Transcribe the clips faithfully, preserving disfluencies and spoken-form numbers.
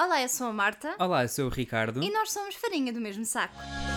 Olá, eu sou a Marta. Olá, eu sou o Ricardo. E nós somos farinha do mesmo saco.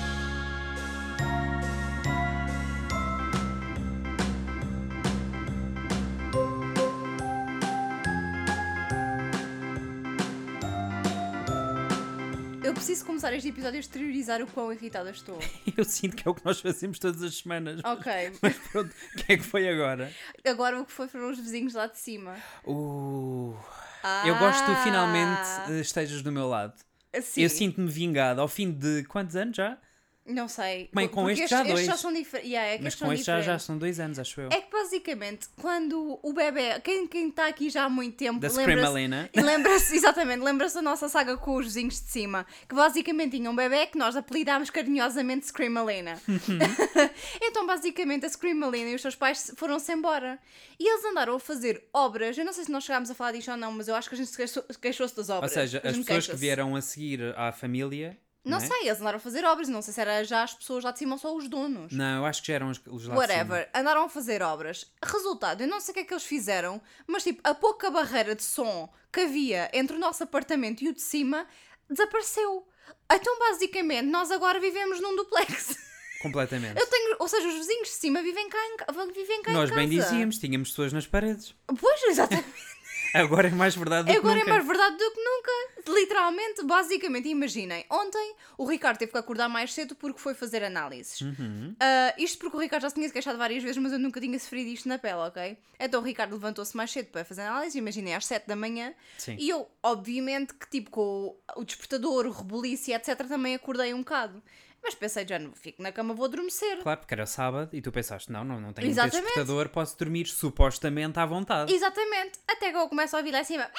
Eu preciso começar este episódio a exteriorizar o quão irritada estou. Eu sinto que é o que nós fazemos todas as semanas. Ok. Mas pronto, o que é que foi agora? Agora o que foi foram os vizinhos lá de cima. Uh, Ah, eu gosto que tu finalmente eh, estejas do meu lado. Sim. Eu sinto-me vingado ao fim de quantos anos já? Não sei. Bem, com Porque este já estes, estes dois. já são diferentes. Yeah, é que Mas estes são com este já, já diferentes. são dois anos, acho eu. É que basicamente, quando o bebê, quem quem está aqui já há muito tempo, Da lembra-se, Screamalina. lembra-se, exatamente, lembra-se da nossa saga com os vizinhos de cima, que basicamente tinha um bebê que nós apelidámos carinhosamente Screamalina. Então basicamente a Screamalina e os seus pais foram-se embora. E eles andaram a fazer obras, eu não sei se nós chegámos a falar disto ou não, mas eu acho que a gente se queixou- queixou-se das Ou obras. seja, A as gente pessoas que queixa-se. vieram a seguir à família... Não é? sei, eles andaram a fazer obras, não sei se era já as pessoas lá de cima ou só os donos. Não, eu acho que já eram os, os lá de Whatever, andaram a fazer obras. Resultado, eu não sei o que é que eles fizeram, mas tipo, a pouca barreira de som que havia entre o nosso apartamento e o de cima desapareceu. Então, basicamente, nós agora vivemos num duplex. cima. Completamente. Eu tenho, ou seja, os vizinhos de cima vivem cá em, ca- vivem cá Nós em casa. bem dizíamos, tínhamos pessoas nas paredes. Pois, exatamente. Agora é mais verdade do Agora que é nunca. mais verdade do que nunca. Literalmente, basicamente, imaginem. Ontem o Ricardo teve que acordar mais cedo porque foi fazer análises. Uhum. Ah, isto porque o Ricardo já se tinha queixado várias vezes, mas eu nunca tinha sofrido isto na pele, ok? Então o Ricardo levantou-se mais cedo para fazer análises, imaginei às sete da manhã. Sim. E eu, obviamente, que tipo com o, o despertador, o rebuliço e etcétera, também acordei um bocado. Mas pensei, já não fico na cama, vou adormecer. Claro, porque era sábado e tu pensaste, não, não, não tenho um Exatamente. despertador, posso dormir supostamente à vontade. Exatamente. Até que eu começo a ouvir lá em cima.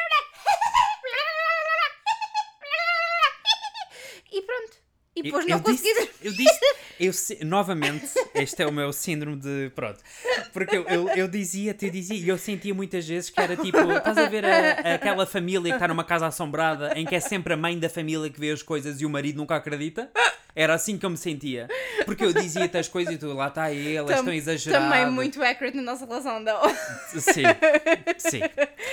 E pronto. E depois eu, não eu consegui disse, eu disse, eu, se- novamente, este é o meu síndrome de, pronto, porque eu, eu, eu dizia-te, eu dizia, e eu sentia muitas vezes que era tipo, estás a ver a- aquela família que está numa casa assombrada, em que é sempre a mãe da família que vê as coisas e o marido nunca acredita? Era assim que eu me sentia, porque eu dizia-te as coisas e tu, lá está ele, és Tam- tão exagerado. Também muito accurate na nossa relação, não. Sim, sim.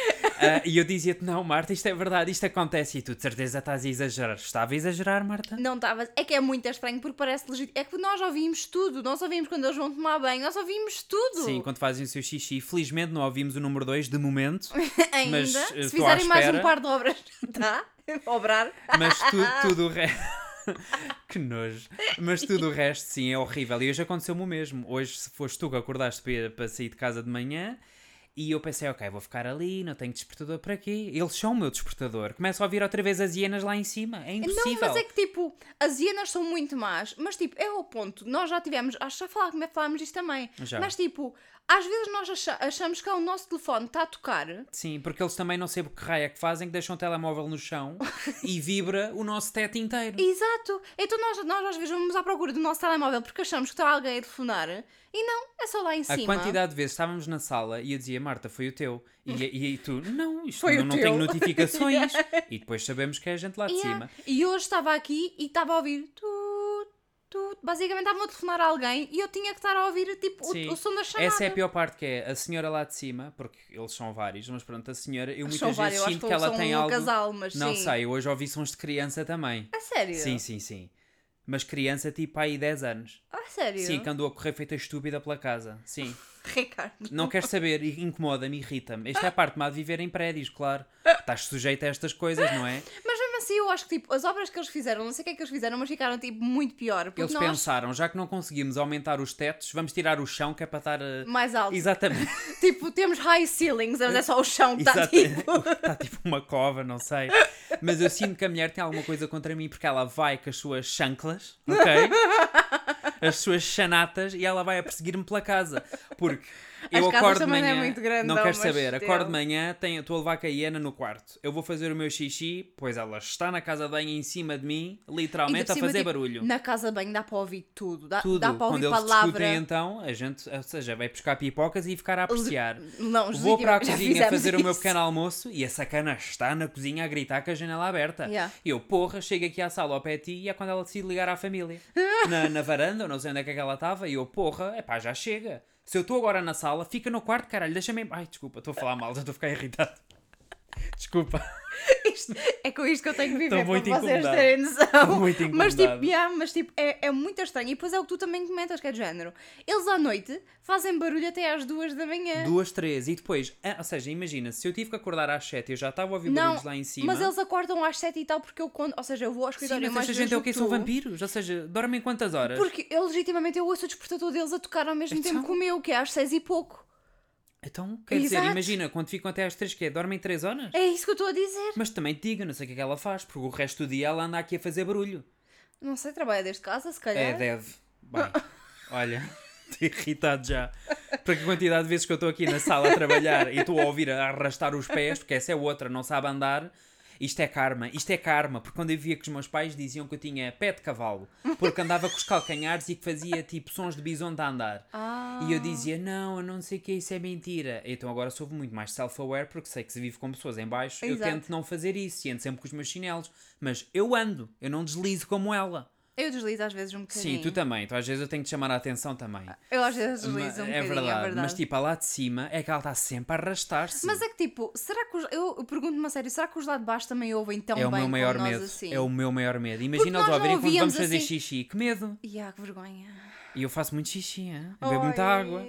Ah, e eu dizia-te, não, Marta, isto é verdade, isto acontece e tu de certeza estás a exagerar. Estava a exagerar, Marta? Não estava. É que é muito estranho porque parece legítimo. É que nós ouvimos tudo. Nós ouvimos quando eles vão tomar banho. Nós ouvimos tudo. Sim, quando fazem o seu xixi. Felizmente não ouvimos o número dois de momento, Ainda. mas, eh, Se estou fizerem à mais espera. um par de obras. Tá? Obrar. mas tu, tudo o resto. Que nojo. Mas tudo o resto, sim, é horrível. E hoje aconteceu-me o mesmo. Hoje, se foste tu que acordaste para, para sair de casa de manhã. E eu pensei, ok, vou ficar ali, não tenho despertador para quê? Eles são o meu despertador. Começo a ouvir outra vez as hienas lá em cima. É impossível. Não, mas é que tipo, as hienas são muito más. Mas tipo, é o ponto. Nós já tivemos. Acho que já falámos, falámos disto também. Já. Mas tipo, às vezes nós acha- achamos que é o nosso telefone está a tocar. Sim, porque eles também não sei o que raio é que fazem, que deixam o telemóvel no chão e vibra o nosso teto inteiro. Exato. Então nós, nós às vezes vamos à procura do nosso telemóvel porque achamos que está alguém a telefonar. E não, é só lá em A cima. quantidade de vezes estávamos na sala e eu dizia, Marta, foi o teu. E, e, e tu, não, isto Foi não, o não teu. tem notificações. E depois sabemos que é a gente lá de Yeah. cima. E hoje estava aqui e estava a ouvir tu, tu. Basicamente estavam a telefonar a alguém e eu tinha que estar a ouvir tipo, Sim. o, o som da chamada. Essa é a pior parte, que é a senhora lá de cima, porque eles são vários, mas pronto, a senhora, eu muitas São vezes vários, eu acho sinto que que ela são tem um algo... casal, mas Não sim. sei, hoje ouvi sons de criança também. A sério? Sim, sim, sim. Mas criança tipo aí dez anos. A sério? Sim, que andou a correr feita estúpida pela casa. Sim. Ricardo. Não queres saber, e incomoda-me, irrita-me. Esta é a parte má de viver em prédios, claro. Estás sujeito a estas coisas, não é? Mas mesmo assim eu acho que tipo, as obras que eles fizeram, não sei o que é que eles fizeram, mas ficaram tipo muito pior. Porque Eles nós... pensaram, já que não conseguimos aumentar os tetos, vamos tirar o chão que é para estar... eh, Mais alto. Exatamente. Tipo, temos high ceilings, mas é só o chão que está Exatamente. tipo. Está tipo uma cova, não sei. Mas eu sinto que a mulher tem alguma coisa contra mim porque ela vai com as suas chanclas, ok? As suas chanatas e ela vai a perseguir-me pela casa. Porque eu As casas acordo de também não é manhã, muito grande, não não, quero mas saber, Deus. acordo de manhã, tenho- estou a levar com a hiena no quarto. Eu vou fazer o meu xixi, pois ela está na casa de banho em cima de mim, Ainda literalmente por a cima, fazer tipo, barulho. Na casa bem dá para ouvir tudo. Dá, Tudo. dá para Quando ouvir eles palavra. discutem, então, a gente, ou seja, vai buscar pipocas e ficar a apreciar. Não, Vou para a legítimamente, já cozinha fizemos fazer o meu isso. pequeno almoço e a sacana está na cozinha a gritar com a janela aberta. Yeah. E eu, porra, chego aqui à sala ao pé de ti e é quando ela decide ligar à família. Na, na varanda, eu não sei onde é que ela estava, e eu, porra, é pá, já chega. Se eu estou agora na sala, fica no quarto, caralho, deixa-me... Ai, desculpa, estou a falar mal, já estou a ficar irritado. Desculpa. Isto- é com isto que eu tenho que viver, Estou para muito vocês incomodado. terem noção. Estou muito Mas tipo, incomodado. yeah, mas, tipo é, é muito estranho. E depois é o que tu também comentas, que é de género. Eles à noite fazem barulho até às duas da manhã. Duas, três. E depois, ah, ou seja, imagina, se eu tive que acordar às sete, eu já estava a ouvir Não, barulhos lá em cima. mas eles acordam às sete e tal, porque eu conto. Ou seja, eu vou ao Sim, escritório mas mais essa vezes gente é o do quê? que São tu. vampiros? Ou seja, dormem quantas horas? Porque eu legitimamente eu ouço o despertador deles a tocar ao mesmo Então? tempo que o meu, que é às seis e pouco. Então, quer dizer, Exato. imagina, quando ficam até às três, que é? Dormem três horas? É isso que eu estou a dizer. Mas também te diga, não sei o que é que ela faz, porque o resto do dia ela anda aqui a fazer barulho. Não sei, trabalha desde casa, se calhar. É, deve. Bem, olha, estou irritado já. Porque a quantidade de vezes que eu estou aqui na sala a trabalhar e estou a ouvir a arrastar os pés, porque essa é outra, não sabe andar. Isto é karma, isto é karma, porque quando eu via que os meus pais diziam que eu tinha pé de cavalo, porque andava com os calcanhares e que fazia tipo sons de bisonte a andar. Ah. E eu dizia, não, eu não sei o que, isso é mentira. Então agora sou muito mais self-aware, porque sei que se vivo com pessoas em baixo, eu Exato. tento não fazer isso, e ando sempre com os meus chinelos. Mas eu ando, eu não deslizo como ela. Eu deslizo às vezes um bocadinho. Sim, tu também, então às vezes eu tenho que te chamar a atenção também. Eu às vezes deslizo um Mas- bocadinho, é verdade, é verdade. mas tipo, a lá de cima é que ela está sempre a arrastar-se. Mas é que tipo, será que os... Eu, eu pergunto-me a sério, será que os lá de baixo também ouvem tão É o bem meu maior como nós medo. assim? É o meu maior medo. Imagina nós eles não ouvirem quando vamos ouvíamos fazer assim. xixi. Que medo. E ah, que vergonha. E eu faço muito xixi, hein? Eu bebo Oi. muita água.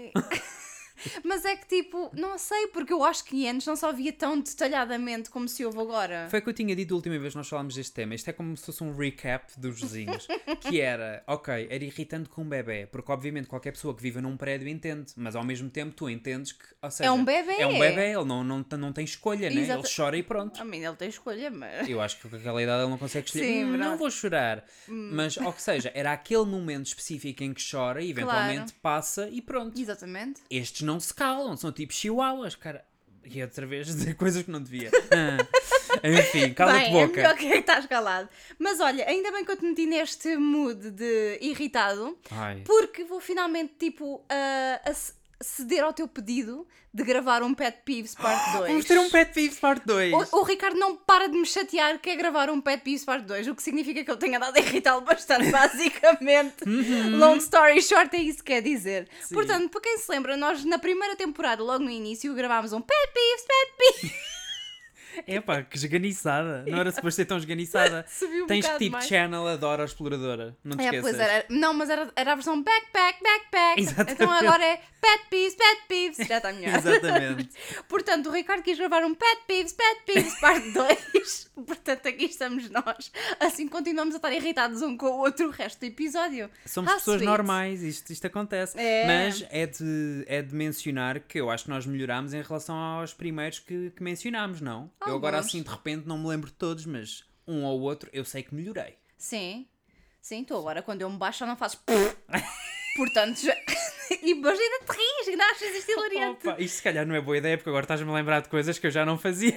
Mas é que tipo, não sei, porque eu acho que antes não só via tão detalhadamente como se ouve agora. Foi o que eu tinha dito a última vez que nós falámos deste tema. Isto é como se fosse um recap dos vizinhos. Que era, ok, era irritante com um bebê. Porque obviamente qualquer pessoa que vive num prédio entende. Mas ao mesmo tempo tu entendes que, ou seja, É um bebê. É um bebê, ele não, não, não tem escolha, né? Exato. Ele chora e pronto. A mim ele tem escolha, mas... Eu acho que com aquela idade ele não consegue escolher. Sim, "Hum, não verdade. vou chorar. Mas, ou que seja, era aquele momento específico em que chora e eventualmente passa e pronto. Exatamente. Estes não se calam, são tipo chihuahuas, cara. E outra vez dizer coisas que não devia. Ah. Enfim, cala-te Bem, boca. é melhor que estás calado. Mas olha, ainda bem que eu te meti neste mood de irritado, Ai. porque vou finalmente, tipo, a, a c- ceder ao teu pedido de gravar um Pet Peeves parte dois. Vamos ter um Pet Peeves parte dois. O, o Ricardo não para de me chatear que é gravar um Pet Peeves parte dois, o que significa que eu tenho andado a irritá-lo bastante, basicamente. Long story short, é isso que quer dizer. Sim. Portanto, para quem se lembra, nós na primeira temporada, logo no início, gravámos um Pet Peeves, Pet Peeves. Epá, que esganiçada. Não era suposto ser tão esganiçada. Subiu um Tens que bocado tipo mais. channel Adora a Exploradora. Não te É, esqueças. pois era. Não, mas era, era a versão backpack, backpack. Exatamente. Então agora é Pet Peeves, Pet Peeves. Já está melhor. Exatamente. Portanto, o Ricardo quis gravar um Pet Peeves, Pet Peeves parte dois. Portanto, aqui estamos nós. Assim continuamos a estar irritados um com o outro o resto do episódio. Somos How pessoas sweet. normais, isto, isto acontece. É. Mas é de, é de mencionar que eu acho que nós melhorámos em relação aos primeiros que, que mencionámos, não? Eu agora Alguns. assim de repente não me lembro de todos, mas um ou outro eu sei que melhorei. Sim. Sim, tu agora quando eu me baixo já não fazes... Portanto, já... E depois ainda te rires, ainda achas isto hilariante. Opa, isto se calhar não é boa ideia porque agora estás-me a lembrar de coisas que eu já não fazia.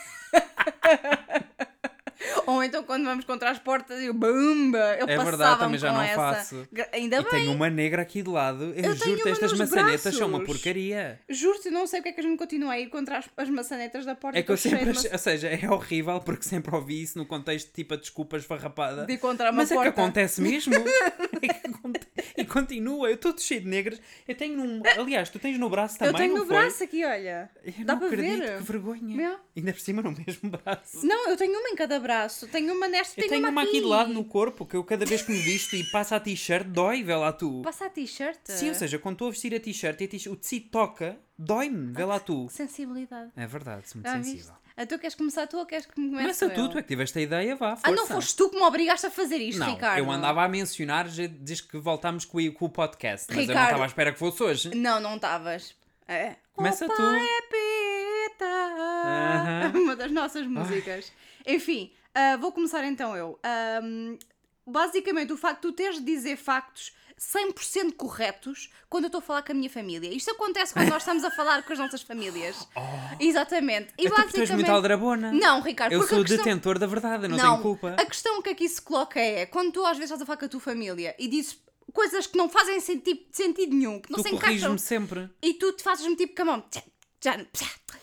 Ou então quando vamos contra as portas eu bumba, eu É passava verdade, também já com não essa. faço. Gra- Ainda E bem. tenho uma negra aqui de lado. Eu, Eu tenho juro-te, uma estas nos maçanetas são uma braços. porcaria. Juro-te, não sei porque é que a gente continua a ir contra as, as maçanetas da porta. É que eu estou cheia sempre de achei, ou seja, é horrível porque sempre ouvi isso no contexto tipo a desculpa esfarrapada. De encontrar uma Mas é porta. que acontece mesmo. É que aconte- e continua. Eu estou cheio de negras. Eu tenho um. Aliás, tu tens no braço também. Eu tenho não no foi? braço aqui, olha. Eu Dá não para acredito, ver. que vergonha. Meu. Ainda por cima no mesmo braço. Não, eu tenho uma em cada braço. Tenho uma nesta e Eu tenho, tenho uma aqui aqui de lado no corpo que eu cada vez que me visto e passa a t-shirt, dói, vê lá tu. Passa a t-shirt. Sim, ou seja, quando estou a vestir a t-shirt e a t-shirt- o tecido toca, dói-me, vê lá tu. Que sensibilidade. É verdade, sou muito Já sensível. viste? Ah, tu queres começar tu ou queres que me comece Começa eu? tu, tu é que tiveste a ideia, vá, força. Ah, não foste tu que me obrigaste a fazer isto, Não, Ricardo. eu andava a mencionar já desde que voltámos com o, com o podcast, mas eu não Ricardo. estava à espera que fosse hoje. Não, não estavas. É. Começa Opa, tu. é pita. Aham. Uma das nossas músicas. Enfim, ah, vou começar então eu. Ahm, basicamente, o facto de tu teres de dizer factos cem por cento corretos quando eu estou a falar com a minha família. Isto acontece quando nós estamos a falar com as nossas famílias. Exatamente. E Então, porque tu és muito basicamente... aldrabona. Não, Ricardo, Eu porque sou a o questão... detentor da verdade, eu não, Não, tenho culpa. a questão que aqui se coloca é, quando tu às vezes estás a falar com a tua família e dizes coisas que não fazem senti- sentido nenhum, que não Tu se encaixam, corriges-me sempre. e tu te fazes-me tipo com a mão,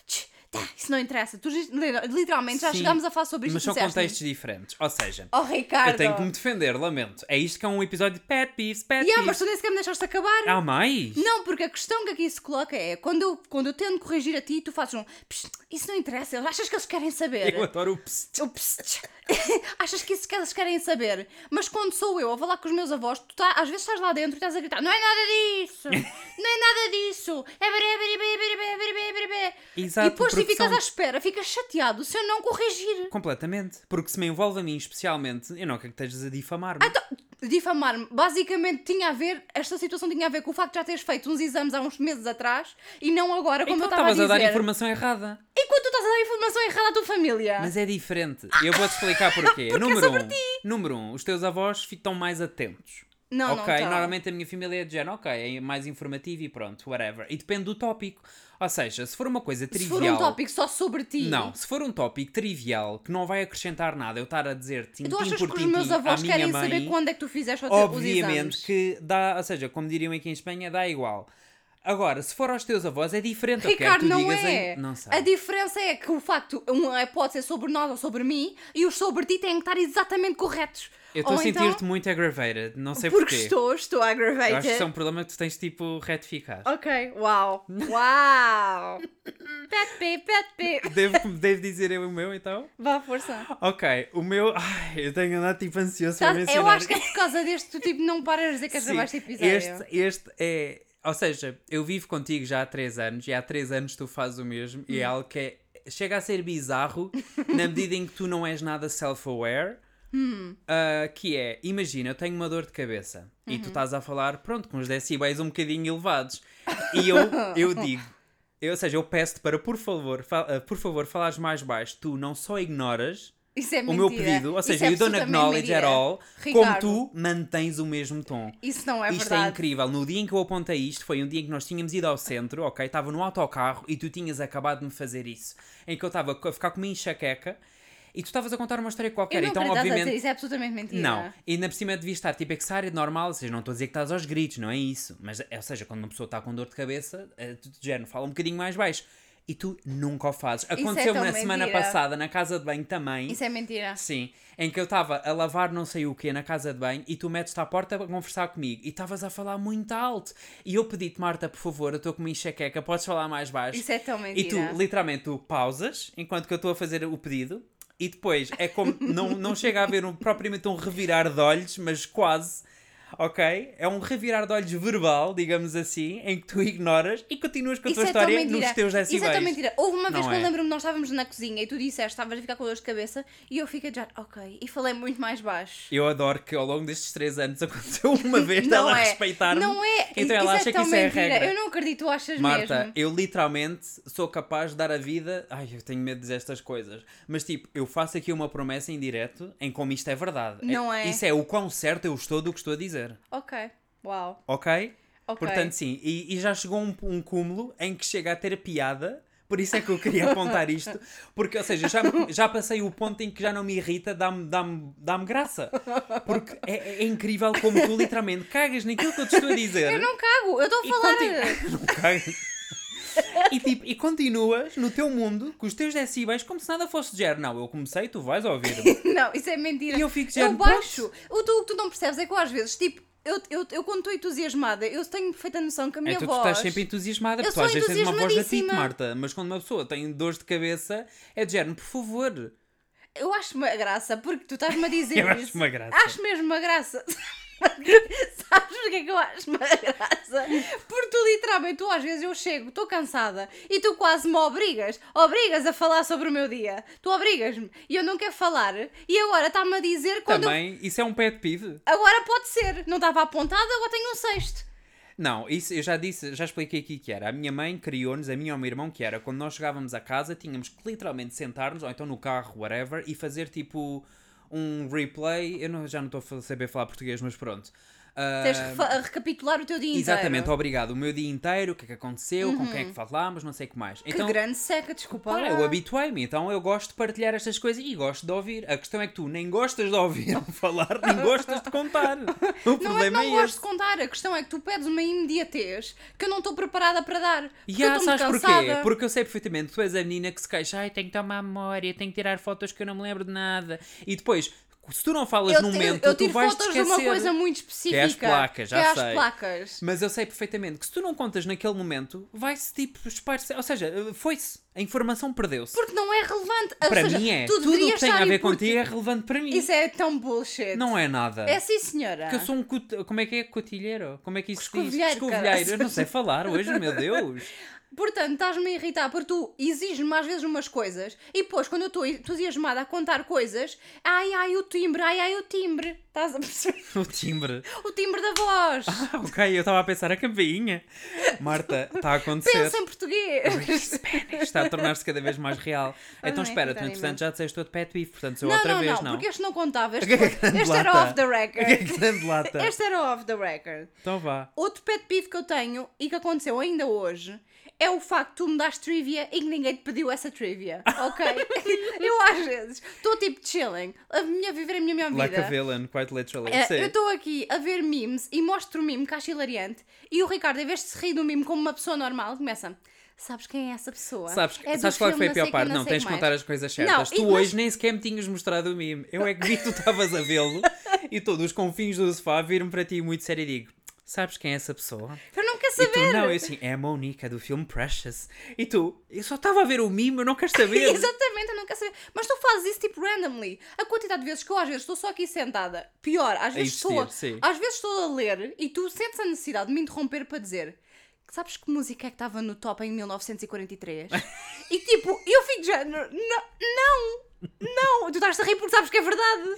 Tá, isso não interessa. Tu literalmente já Sim, chegámos a falar sobre isto. mas são disseste-me. contextos diferentes. Ou seja, Oh, Ricardo. eu tenho que me defender, lamento. É isto que é um episódio de pet peeves, pet Yeah, peeves. mas tu nem sequer me deixaste acabar. Há mais? Não, porque a questão que aqui se coloca é quando eu, quando eu tento corrigir a ti, tu fazes um "Psst, isso não interessa, eles- achas que eles querem saber? Eu adoro o psst. O psst. Achas que isso que eles querem saber? Mas quando sou eu a falar com os meus avós, tu tá, às vezes estás lá dentro e estás a gritar: não é nada disso, não é nada disso, é beré, beré, beré, beré, beré, beré, beré, beré." Exato, E depois tu porque ficas são- à espera, ficas chateado se eu não corrigir. Completamente. Porque se me envolve a mim especialmente, eu não quero que estejas a difamar-me. Então, difamar-me, basicamente tinha a ver, esta situação tinha a ver com o facto de já teres feito uns exames há uns meses atrás e não agora, como então eu estava a estavas dizer. a dar informação errada. E quando tu estás a dar informação errada à tua família? Mas é diferente. Eu vou-te explicar porquê. Porque número é sobre um, número um, os teus avós estão mais atentos. Não, não ok, estão. normalmente a minha família é de género, ok, é mais informativo e pronto, whatever. E depende do tópico. Ou seja, se for uma coisa Se trivial... for um tópico só sobre ti. Não, se for um tópico trivial que não vai acrescentar nada, eu estar a dizer tintim Tu achas por que os tintim meus à avós minha querem mãe, saber quando é que tu fizeste o teu- os obviamente exames? que dá, ou seja, como diriam aqui em Espanha, dá igual. Agora, se for aos teus avós, é diferente. Eu quero Ricardo, que tu não digas é. em... Não sei. A diferença é que o facto, um é- pode ser sobre nós ou sobre mim, e os sobre ti têm que estar exatamente corretos. Eu estou a Ou sentir-te então, muito aggravated, não sei porque porquê. estou, estou Eu acho que aggravated. isso é um problema que tu tens tipo retificar. Ok, uau. Uau. Pet peeve, pet peeve. Devo, devo dizer eu o meu então? Vá à força. Ok, o meu. Ai, eu tenho andado tipo ansioso para Tá, mencionar. eu acho que é por causa deste, tu tipo não paras de dizer que és Sim, gravar este episódio. este, este é. Ou seja, eu vivo contigo já há três anos e há três anos tu fazes o mesmo e é Hum. algo que é, chega a ser bizarro na medida em que tu não és nada self-aware. Hum. Uh, que é, imagina, eu tenho uma dor de cabeça e Uhum. tu estás a falar, pronto, com os decibéis um bocadinho elevados e eu, eu digo, eu, ou seja, eu peço-te para, por favor, fa- uh, por favor, falares mais baixo. Tu não só ignoras Isso é o mentira. meu pedido, ou Isso seja, é you don't absolutamente acknowledge at mentira. all, Ricardo, como tu mantens o mesmo tom. Isso não é Isto verdade. é incrível. No dia em que eu apontei isto, foi um dia em que nós tínhamos ido ao centro, ok? Estava no autocarro e tu tinhas acabado de me fazer isso. Em que eu estava a ficar com uma enxaqueca e tu estavas a contar uma história qualquer. Eu não Então, acredito a obviamente. dizer, isso é absolutamente mentira. Não, e ainda por cima devia estar tipo exária normal, ou seja, não estou a dizer que estás aos gritos, não é isso. Mas, ou seja, quando uma pessoa está com dor de cabeça, eh, tu de género fala um bocadinho mais baixo. E tu nunca o fazes. é Aconteceu-me tão na semana mentira. passada na casa de banho também. Isso é mentira. Sim, em que eu estava a lavar não sei o quê na casa de banho e tu metes-te à porta a conversar comigo e estavas a falar muito alto. E eu pedi-te, Marta, por favor, eu estou com uma enxaqueca, podes falar mais baixo? Isso é tão E mentira. tu, literalmente, tu pausas enquanto que eu estou a fazer o pedido e depois é como, não, não chega a haver um, propriamente um revirar de olhos, mas quase, ok? É um revirar de olhos verbal, digamos assim, em que tu ignoras e continuas com a Isso tua é tão história mentira. nos teus decibéis. Isso é tão mentira. Houve uma vez Não que eu é. lembro-me, nós estávamos na cozinha e tu disseste, estavas a ficar com dor de cabeça e eu fiquei já, ok. E falei muito mais baixo. Eu adoro que ao longo destes três anos aconteceu uma vez Não dela é. respeitar-me. Não é. Então ela isso acha é que tão isso é a mentira. regra. Eu não acredito, tu achas Marta, mesmo. eu literalmente sou capaz de dar a vida. Ai, eu tenho medo de dizer estas coisas. Mas tipo, eu faço aqui uma promessa em direto em como isto é verdade. Não é. Isso é o quão certo eu estou do que estou a dizer. Ok. Uau. Ok? Ok. Portanto, sim. E, e já chegou um, um cúmulo em que chega a ter piada. Por isso é que eu queria apontar isto. Porque, ou seja, já, já passei o ponto em que já não me irrita, dá-me dá-me, dá-me graça. Porque é, é incrível como tu literalmente cagas naquilo que eu te estou a dizer. Eu não cago, eu estou a E falar. conti- Não cagas. E, tipo, e continuas no teu mundo com os teus decibéis como se nada fosse de género. Não, eu comecei, tu vais ouvir-me. Não, isso é mentira. E eu fico de Eu género, baixo. O tu, o que tu não percebes é que eu às vezes, tipo, eu, eu, eu quando estou entusiasmada, eu tenho perfeita noção que a minha Então tu voz... estás sempre entusiasmada, Eu porque tu sou às vezes tens uma voz da Tito, entusiasmadíssima. Marta. Mas quando uma pessoa tem dores de cabeça, é de género, por favor. Eu acho uma graça, porque tu estás-me a dizer Eu isso. acho uma graça. Acho mesmo uma graça. Sabes porque é que eu acho uma graça? Porque tu literalmente, tu às vezes eu chego, estou cansada e tu quase me obrigas, obrigas a falar sobre o meu dia. Tu obrigas-me e eu não quero falar e agora está-me a dizer quando eu... Também, isso é um pet peeve. Agora pode ser, não estava apontado, agora tenho um sexto. Não, isso eu já disse, já expliquei aqui que era. A minha mãe criou-nos, a minha ou o meu irmão, que era quando nós chegávamos a casa, tínhamos que literalmente sentar-nos, ou então no carro, whatever, e fazer tipo um replay. Eu não, já não estou a saber falar português, mas pronto. Tens de refa- recapitular o teu dia inteiro. Exatamente, obrigado. O meu dia inteiro, o que é que aconteceu, com quem é que falámos, não sei o que mais. Que Então, grande seca, desculpa pá, lá. eu habituei-me, então eu gosto de partilhar estas coisas e gosto de ouvir. A questão é que tu nem gostas de ouvir falar, nem gostas de contar. O Não é que problema não é gosto esse. de contar, a questão é que tu pedes uma imediatez que eu não estou preparada para dar. Porque E eu ah, estou muito sabes cansada. porquê? Porque eu sei perfeitamente que tu és a menina que se queixa, ai, tenho que tomar memória, tenho que tirar fotos que eu não me lembro de nada. E depois, se tu não falas Eu, no te- momento, eu tu tiro vais fotos te esquecer. de uma coisa muito específica. Que é as placas, já que é sei. as placas. Mas eu sei perfeitamente que se tu não contas naquele momento, vai-se tipo esparcer. Ou seja, foi-se. A informação perdeu-se. Porque não é relevante. Ou Para seja, mim é. Tu Tudo o deverias que tem estar a ver em Portu- contigo é relevante para mim. Isso é tão bullshit. Não é nada. É sim, senhora. Porque eu sou um... Cot... Como é que é? Cotilheiro? Como é que isso se diz? Escovilheiro, Escovilheiro. cara. Eu não sei falar hoje, meu Deus. Portanto, estás-me a irritar porque tu exiges-me às vezes umas coisas e depois, quando eu estou entusiasmada a contar coisas, ai ai o timbre, ai ai o timbre. Estás a perceber? O timbre. O timbre da voz. Ah, ok, eu estava a pensar a campainha. Marta, está a acontecer. Pensa em português. Spanish está a tornar-se cada vez mais real. Ah, Então não é, espera, tu então, entretanto já disseste outro pet beef, portanto sou Não, outra não, vez, não, não. porque este não contava. Este, Que é que é foi- grande este era lata? off the Que é record. grande lata? Este era off the record. Então vá. Outro pet peeve que eu tenho e que aconteceu ainda hoje é o facto de tu me dares trivia e que ninguém te pediu essa trivia, ok? Eu às vezes estou tipo chilling, a minha viver a minha melhor vida. Like a villain, quite literally. Eh, Sim. eu estou aqui a ver memes e mostro o meme que acho hilariante e o Ricardo, em vez de se rir do meme como uma pessoa normal, começa: sabes quem é essa pessoa? Sabes, É do sabes qual é que foi filme a pior sei parte? quem, Não, sei tens de que contar mais. as coisas Não, certas. e- Tu mas- hoje nem sequer me tinhas mostrado o meme. Eu é que vi que tu estavas a vê-lo e todos os confins do sofá viram para ti muito sério e digo: sabes quem é essa pessoa? Eu não quero E tu, saber. não, eu assim, é a Monica do filme Precious. E tu, eu só estava a ver o meme, eu não quero saber. Exatamente, eu não quero saber. Mas tu fazes isso tipo randomly. A quantidade de vezes que eu às vezes estou só aqui sentada, pior, às vezes, existir, estou, a, sim. às vezes estou a ler e tu sentes a necessidade de me interromper para dizer: sabes que música é que estava no top em mil novecentos e quarenta e três? E tipo, eu fico já, não, não, não, tu estás a rir porque sabes que é verdade.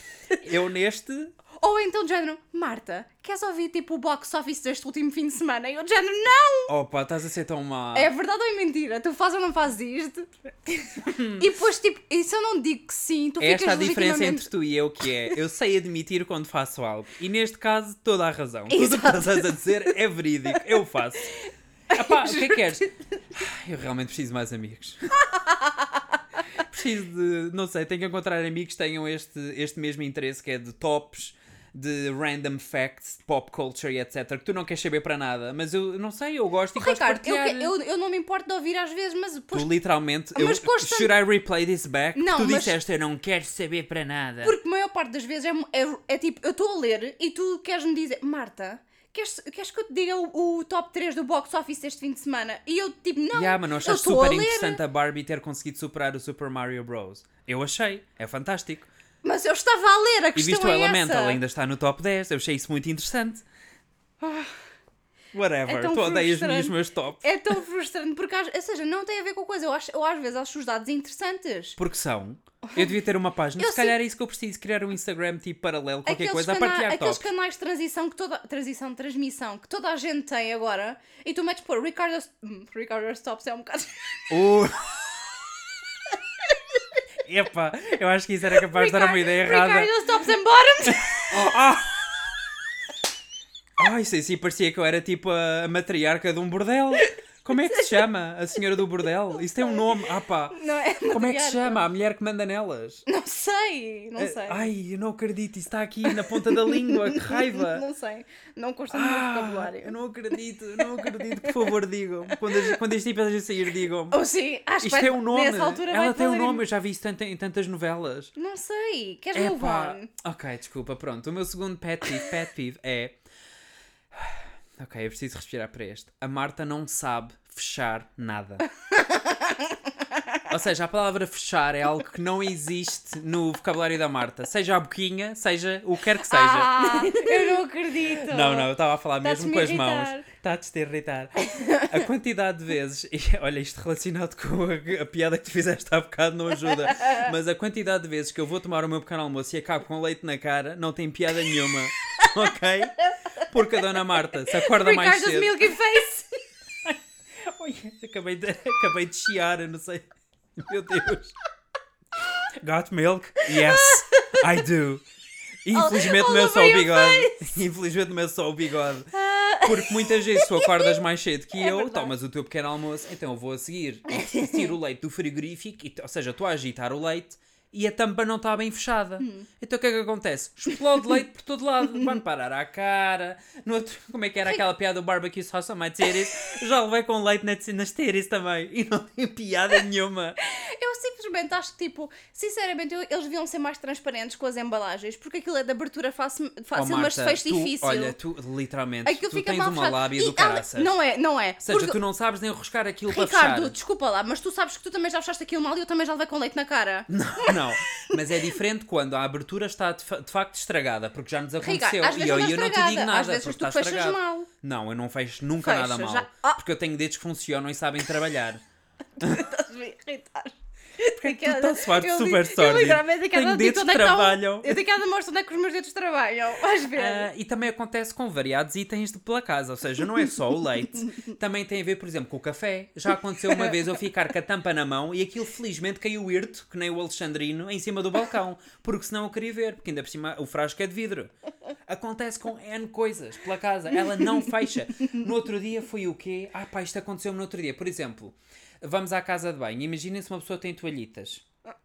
Eu neste... Ou então, de género, Marta, queres ouvir tipo o box office deste último fim de semana? E eu, de género, não! Opa, estás a ser tão má. É verdade ou é mentira? Tu fazes ou não fazes isto? E depois, tipo, e se eu não digo que sim, tu ficas Esta a diferença legitimamente... entre tu e eu, que é, eu sei admitir quando faço algo. E neste caso, toda a razão. Tudo o que Exato. estás a dizer é verídico. Eu faço. Epá, o que é que queres? Eu realmente preciso de mais amigos. Preciso de, não sei, tenho que encontrar amigos que tenham este, este mesmo interesse, que é de tops, de random facts, pop culture e etcétera. Que tu não queres saber para nada, mas eu não sei, eu gosto e gosto de Ricardo, eu, partilhar. que- eu, eu não me importo de ouvir às vezes, mas depois... Tu literalmente, eu, Mas constant- should I replay this back? Não, tu mas- disseste, eu não quero saber para nada. Porque a maior parte das vezes é, é, é tipo, eu estou a ler e tu queres-me dizer: Marta, queres, queres que eu te diga o, o top três do box office deste fim de semana? E eu tipo, não, Yeah, mas não eu achaste estou a super ler. interessante a Barbie ter conseguido superar o Super Mario Bros? Eu achei, é fantástico. Mas eu estava a ler, a E questão visto o é Elemental essa. ainda está no top dez, eu achei isso muito interessante. Whatever, É tão tu odeias frustrante. os meus tops. É tão frustrante porque, às- ou seja, não tem a ver com a coisa. Eu, acho, eu às vezes acho os dados interessantes. Porque são. Eu devia ter uma página, Eu se calhar sei- é isso que eu preciso, criar um Instagram tipo paralelo, qualquer Aqueles, coisa, a cana- partilhar aqueles tops. canais de transição que toda transição de transmissão que toda a gente tem agora e tu metes por Ricardo hum, Ricardo Stops é um bocado Uh. Epá, eu acho que isso era capaz de dar uma ideia errada. Ricardo Stops and Bottoms. Ah! Ai, isso assim parecia que eu era tipo a matriarca de um bordel. Como é que se chama? A senhora do bordel? Isso tem um nome. Ah pá. Não é Como é que se matriarca. chama? A mulher que manda nelas. Não sei, não Eh, sei. Ai, eu não acredito. Isso está aqui na ponta da língua. Que raiva. Não sei, não consta no meu Ah, vocabulário. eu não acredito. Eu não acredito. Por favor, digam. Quando, as- quando este tipo a sair, digam. Ou sim, acho Isto que tem vai- um nome. nessa altura Ela vai tem um valer. nome. Eu já vi isso tanto em tantas novelas. Não sei, queres move Epá. on? Ok, desculpa, pronto. O meu segundo pet peeve, pet peeve é... Ok, eu preciso respirar para este. A Marta não sabe fechar nada. Ou seja, a palavra fechar é algo que não existe no vocabulário da Marta. Seja a boquinha, seja o que quer que seja. Ah, eu não acredito. Não, não, eu estava a falar mesmo Estás-me com as a irritar. mãos. Está-te a irritar. A quantidade de vezes, e olha, isto relacionado com a, a piada que tu fizeste há bocado não ajuda, mas a quantidade de vezes que eu vou tomar o meu pequeno almoço e acabo com leite na cara não tem piada nenhuma. Ok? Porque a Dona Marta se acorda mais Ricardo's cedo. Milky Face. Oi, acabei de, acabei de chiar, eu não sei. Meu Deus. Got milk? Yes, I do. Infelizmente não é só o bigode. Infelizmente não é só o bigode. Porque muitas vezes tu acordas mais cedo que É eu, verdade. tomas o teu pequeno almoço, então eu vou a seguir, tiro o leite do frigorífico, e, ou seja, estou a agitar o leite e a tampa não está bem fechada. Hum. Então o que é que acontece? Explode leite por todo lado, vai parar à cara. No outro, como é que era aquela piada do barbecue sauce on my titties? Já levei com leite nas, nas titties também e não tem piada nenhuma. Eu simplesmente acho que, tipo, sinceramente, eu- eles deviam ser mais transparentes com as embalagens, porque aquilo é de abertura fácil, fácil Oh, mas Marta, de fecho tu, difícil. olha, tu literalmente, Aquilo tu fica tens mal uma fechado. lábia E, do ale- caraças. Não é, não é. Ou seja, Porque- tu não sabes nem roscar aquilo para Ricardo, fechar. desculpa lá, mas tu sabes que tu também já fechaste aquilo mal e eu também já levei com leite na cara. Não, não, mas é diferente quando a abertura está de, fa- de facto estragada, porque já nos aconteceu. Ricardo, às E vezes eu, não e está eu não te digo estragada, nada, às vezes porque tu está fechas estragado. mal. Não, eu não fecho nunca Fecha, nada mal. já- Ah. Porque eu tenho dedos que funcionam e sabem trabalhar. Estás-me a irritar. Porque tu estás a soar Eu super digo- eu sórdido. literalmente a cada Tenho dito dedos onde que é que está o- trabalham. Eu tenho cada mostra onde é que os meus dedos trabalham. Vais ver. Ah, e também acontece com variados itens de pela casa, ou seja, não é só o leite, também tem a ver, por exemplo, com o café. Já aconteceu uma vez eu ficar com a tampa na mão e aquilo felizmente caiu hirto, que nem o Alexandrino, em cima do balcão, porque senão eu queria ver, porque ainda por cima o frasco é de vidro. Acontece com N coisas pela casa, ela não fecha. No outro dia foi o quê? Ah pá, isto aconteceu-me no outro dia. Por exemplo, vamos à casa de banho, imaginem se uma pessoa tem toalhitas.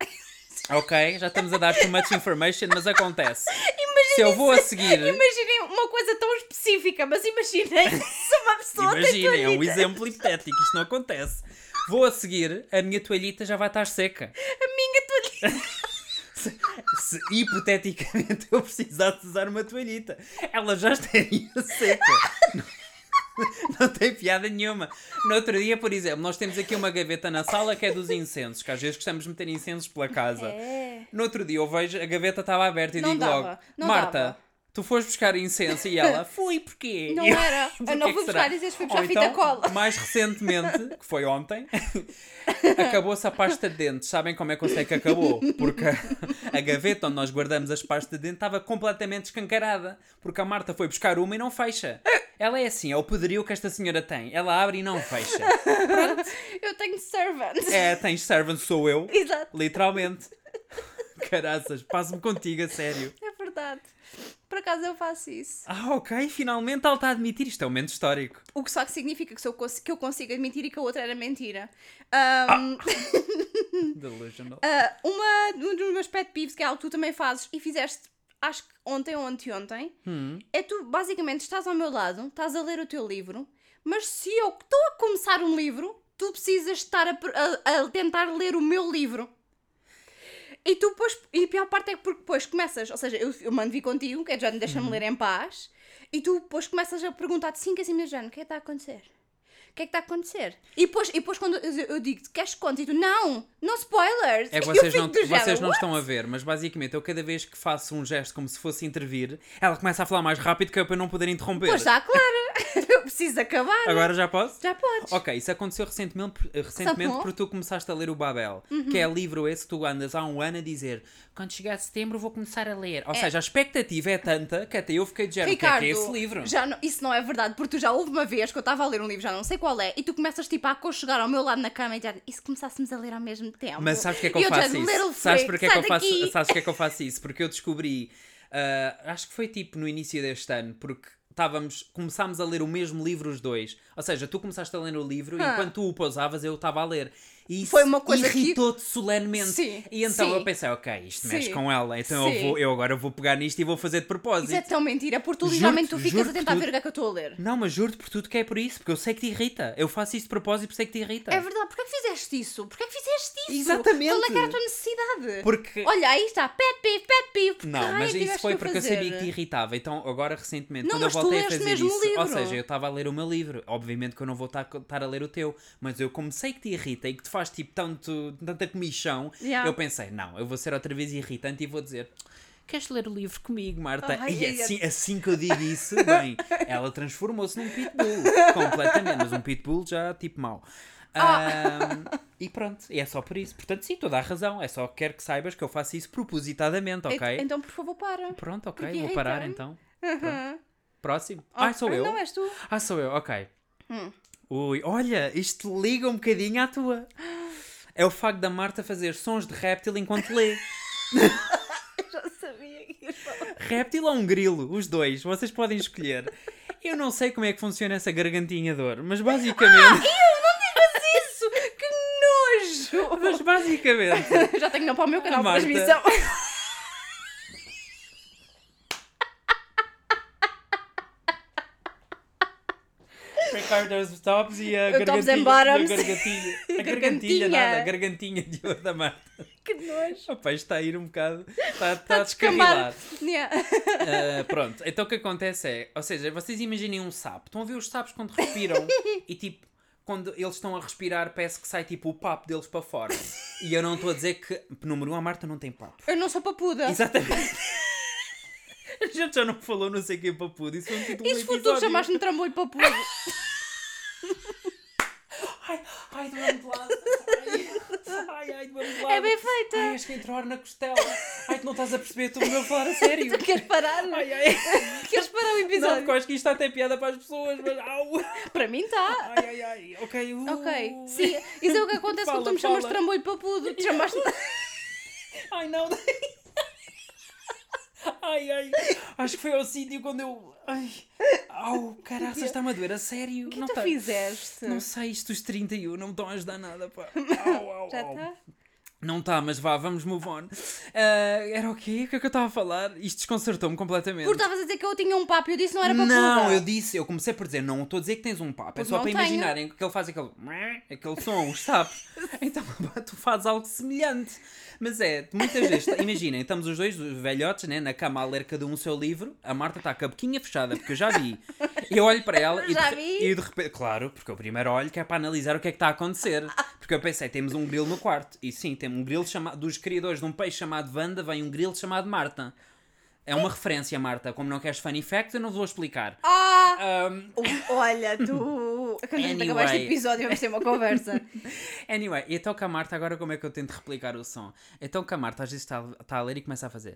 Ok, já estamos a dar too much information, mas acontece. Se eu vou a seguir... Imaginem uma coisa tão específica, mas imaginem se uma pessoa tem Imaginem, é um toalhita. exemplo hipotético, isto não acontece. Vou a seguir, a minha toalhita já vai estar seca. A minha toalhita. Se, se hipoteticamente eu precisasse usar uma toalhita, ela já estaria seca. Não, não tem piada nenhuma. No outro dia, por exemplo, nós temos aqui uma gaveta na sala que é dos incensos, que às vezes gostamos de meter incensos pela casa. É. No outro dia eu vejo, a gaveta estava aberta e Não digo dava, logo, não Marta, dava. tu foste buscar incenso e ela, fui, porquê? Não E eu, era. "Porquê Eu não que fui será?" buscar incenso, fui buscar Ou fita então, cola. mais recentemente, que foi ontem, acabou-se a pasta de dentes. Sabem como é que eu sei que acabou? Porque a, a gaveta onde nós guardamos as pastas de dente estava completamente escancarada. Porque a Marta foi buscar uma e não fecha. Ela é assim, é o poderio que esta senhora tem. Ela abre e não fecha. Eu tenho servants. É, tens servant, sou eu. Exato. Literalmente. Caraças, passo-me contigo, a sério. É verdade. Por acaso eu faço isso. Ah, ok, finalmente ela está a admitir. Isto é um momento histórico. O que só que significa que, se eu, cons- que eu consigo admitir e que a outra era mentira. Ahm, Delusional. ah, uma, um dos meus pet peeves, que é algo que tu também fazes e fizeste, acho que ontem ou anteontem, Hum. é tu basicamente estás ao meu lado, estás a ler o teu livro, mas se eu estou a começar um livro, tu precisas estar a, per- a- a tentar ler o meu livro. E tu depois, e a pior parte é que porque depois começas, ou seja, eu, eu mando vir contigo, que é já deixa-me ler em paz, e tu depois começas a perguntar-te cinco assim, mas Jane, o que é que está a acontecer? O que é que está a acontecer? E depois, e depois quando eu, eu digo, queres que conte? E tu, não, não spoilers! É que E eu vocês, fico não, do género, vocês não "What?" estão a ver, mas basicamente eu cada vez que faço um gesto como se fosse intervir, ela começa a falar mais rápido que é para eu não poder interromper. Pois já, claro, eu preciso acabar. Agora já posso? Já podes. Ok, isso aconteceu recentemente, recentemente bom. porque tu começaste a ler o Babel, Uhum. que é livro esse que tu andas há um ano a dizer quando chegar a setembro vou começar a ler. Ou seja, a expectativa é tanta que até eu fiquei de género, o que é Ricardo, que é esse livro? já não- isso não é verdade, porque tu já houve uma vez que eu estava a ler um livro, já não sei qual é, e tu começas tipo a aconchegar ao meu lado na cama e dizer, e se começássemos a ler ao mesmo tempo? Mas sabes porque é que eu, E eu faço dizer, isso? "Little Sabes freak, porque é que sai eu faço, daqui." sabes porque é que eu faço isso? Porque eu descobri, ah, acho que foi tipo no início deste ano, porque estávamos, começámos a ler o mesmo livro os dois. Ou seja, tu começaste a ler o livro e Ah. enquanto tu o pausavas eu estava a ler. E isso Foi uma coisa que- irritou-te solenemente. Sim, E então sim. eu pensei, ok, isto mexe Sim, com ela, então eu, sim. vou, eu agora vou pegar nisto e vou fazer de propósito. Isso é tão mentira, porque tu Juro-te, literalmente tu ficas juro-te a tentar tudo. ver o que é que eu estou a ler. Não, mas juro-te por tudo que é por isso, porque eu sei que te irrita. Eu faço isso de propósito porque sei que te irrita. É verdade, porquê que fizeste isso? Porquê que fizeste isso? Exatamente. Qual é que era a tua necessidade? Porque... Olha, aí está, pet peeve, pet peeve. Porque Não, raio mas tiveste isso foi que porque eu fazer? sabia que te irritava. Então, agora recentemente, Não, quando eu mas tu voltei a leste fazer mesmo o isso, ou livro. seja, eu estava a ler o meu livro. Obviamente que eu não vou estar estar a ler o teu, mas eu, como sei que te irrita e que te faz tipo tanto, tanta comichão, Yeah. eu pensei, não, eu vou ser outra vez irritante e vou dizer. Queres ler o livro comigo, Marta? Ai, e ai, assim, assim que eu digo isso, bem, ela transformou-se num pitbull, completamente, mas um pitbull já tipo mau. Ahm, e pronto, e é só por isso. Portanto, sim, toda a razão. É só que quero que saibas que eu faço isso propositadamente, ok? Et- Então, por favor, para. Pronto, ok, Porque vou parar irrita-me. então. Pronto. Próximo. Ah, sou Oh, eu? Não és tu. Ah, sou eu, ok. Hum. Ui, olha, isto liga um bocadinho à tua. É o facto da Marta fazer sons de réptil enquanto lê. Eu já sabia. Réptil ou um grilo? Os dois. Vocês podem escolher. Eu não sei como é que funciona essa gargantinha de ouro, mas basicamente... Ah, eu não digas isso! Que nojo! Mas basicamente... Já tenho para o meu canal de Marta... transmissão. Ricardo's Tops e a O Tops gargantilha. and Bottoms. E a gargantilha. A gargantilha, Gargantinha. nada. A gargantinha de ouro da Marta. Que nojo! Opa, isto está a ir um bocado... Está, está Está a a descambar. descarrilar. Yeah. Uh, pronto, então o que acontece é... Ou seja, vocês imaginem um sapo. Estão a ver os sapos quando respiram e tipo... Quando eles estão a respirar, parece que sai tipo o papo deles para fora. E eu não estou a dizer que... Número um, a Marta não tem papo. Eu não sou papuda. Exatamente. A gente já não falou não sei o que é papudo. Isso foi um título Isso do foi tu episódio. chamaste-me trambolho papudo. Ai, ai, doeu-me de lado. Ai, ai, doeu-me de lado. É bem feita. Ai, acho que entrou ar na costela. Ai, tu não estás a perceber, estou a falar a sério. Tu queres parar? Ai, ai. Queres parar o Não, episódio? porque eu acho que isto está até piada para as pessoas, mas au. Para mim está. Ai, ai, ai. Ok, uh. Ok. Sim, isso é o que acontece Fala, quando tu me chamas de fala. trambolho papudo. Tu chamaste-me... Ai, não. Ai, ai. Acho que foi ao sítio quando eu... Ai. Au, caraças, está-me a doer. A sério. O que não tu tá... fizeste? Não sei, isto dos trinta e um não me estão a ajudar nada, pá. Au, au, Já au. está? Não está, mas vá, vamos move on. Uh, era o quê? O que é que eu estava a falar? Isto desconcertou-me completamente. Porque estavas a dizer que eu tinha um papo e eu disse não era papuda. Não, eu disse, eu comecei por dizer, não estou a dizer que tens um papo, é Pois só não para tenho. imaginarem que ele faz aquele, aquele som, os sapos. Então tu fazes algo semelhante. Mas é, muitas vezes, imaginem, estamos os dois os velhotes, né, na cama a ler cada um o seu livro, a Marta está com a boquinha fechada, porque eu já vi. Eu olho para ela e Já de, vi. e de repente, claro, porque eu primeiro olho que é para analisar o que é que está a acontecer. Porque eu pensei, temos um grilo no quarto. E sim, tem um grilo chamado, dos criadores de um peixe chamado Wanda, vem um grilo chamado Marta. É uma referência, Marta. Como não queres funny facts, eu não vou explicar. Ah! Um, Olha, tu... Quando a gente acabar este Anyway. episódio vamos ter uma conversa. Anyway, então com a Marta, agora como é que eu tento replicar o som? Então com a Marta, às vezes está, está a ler e começa a fazer.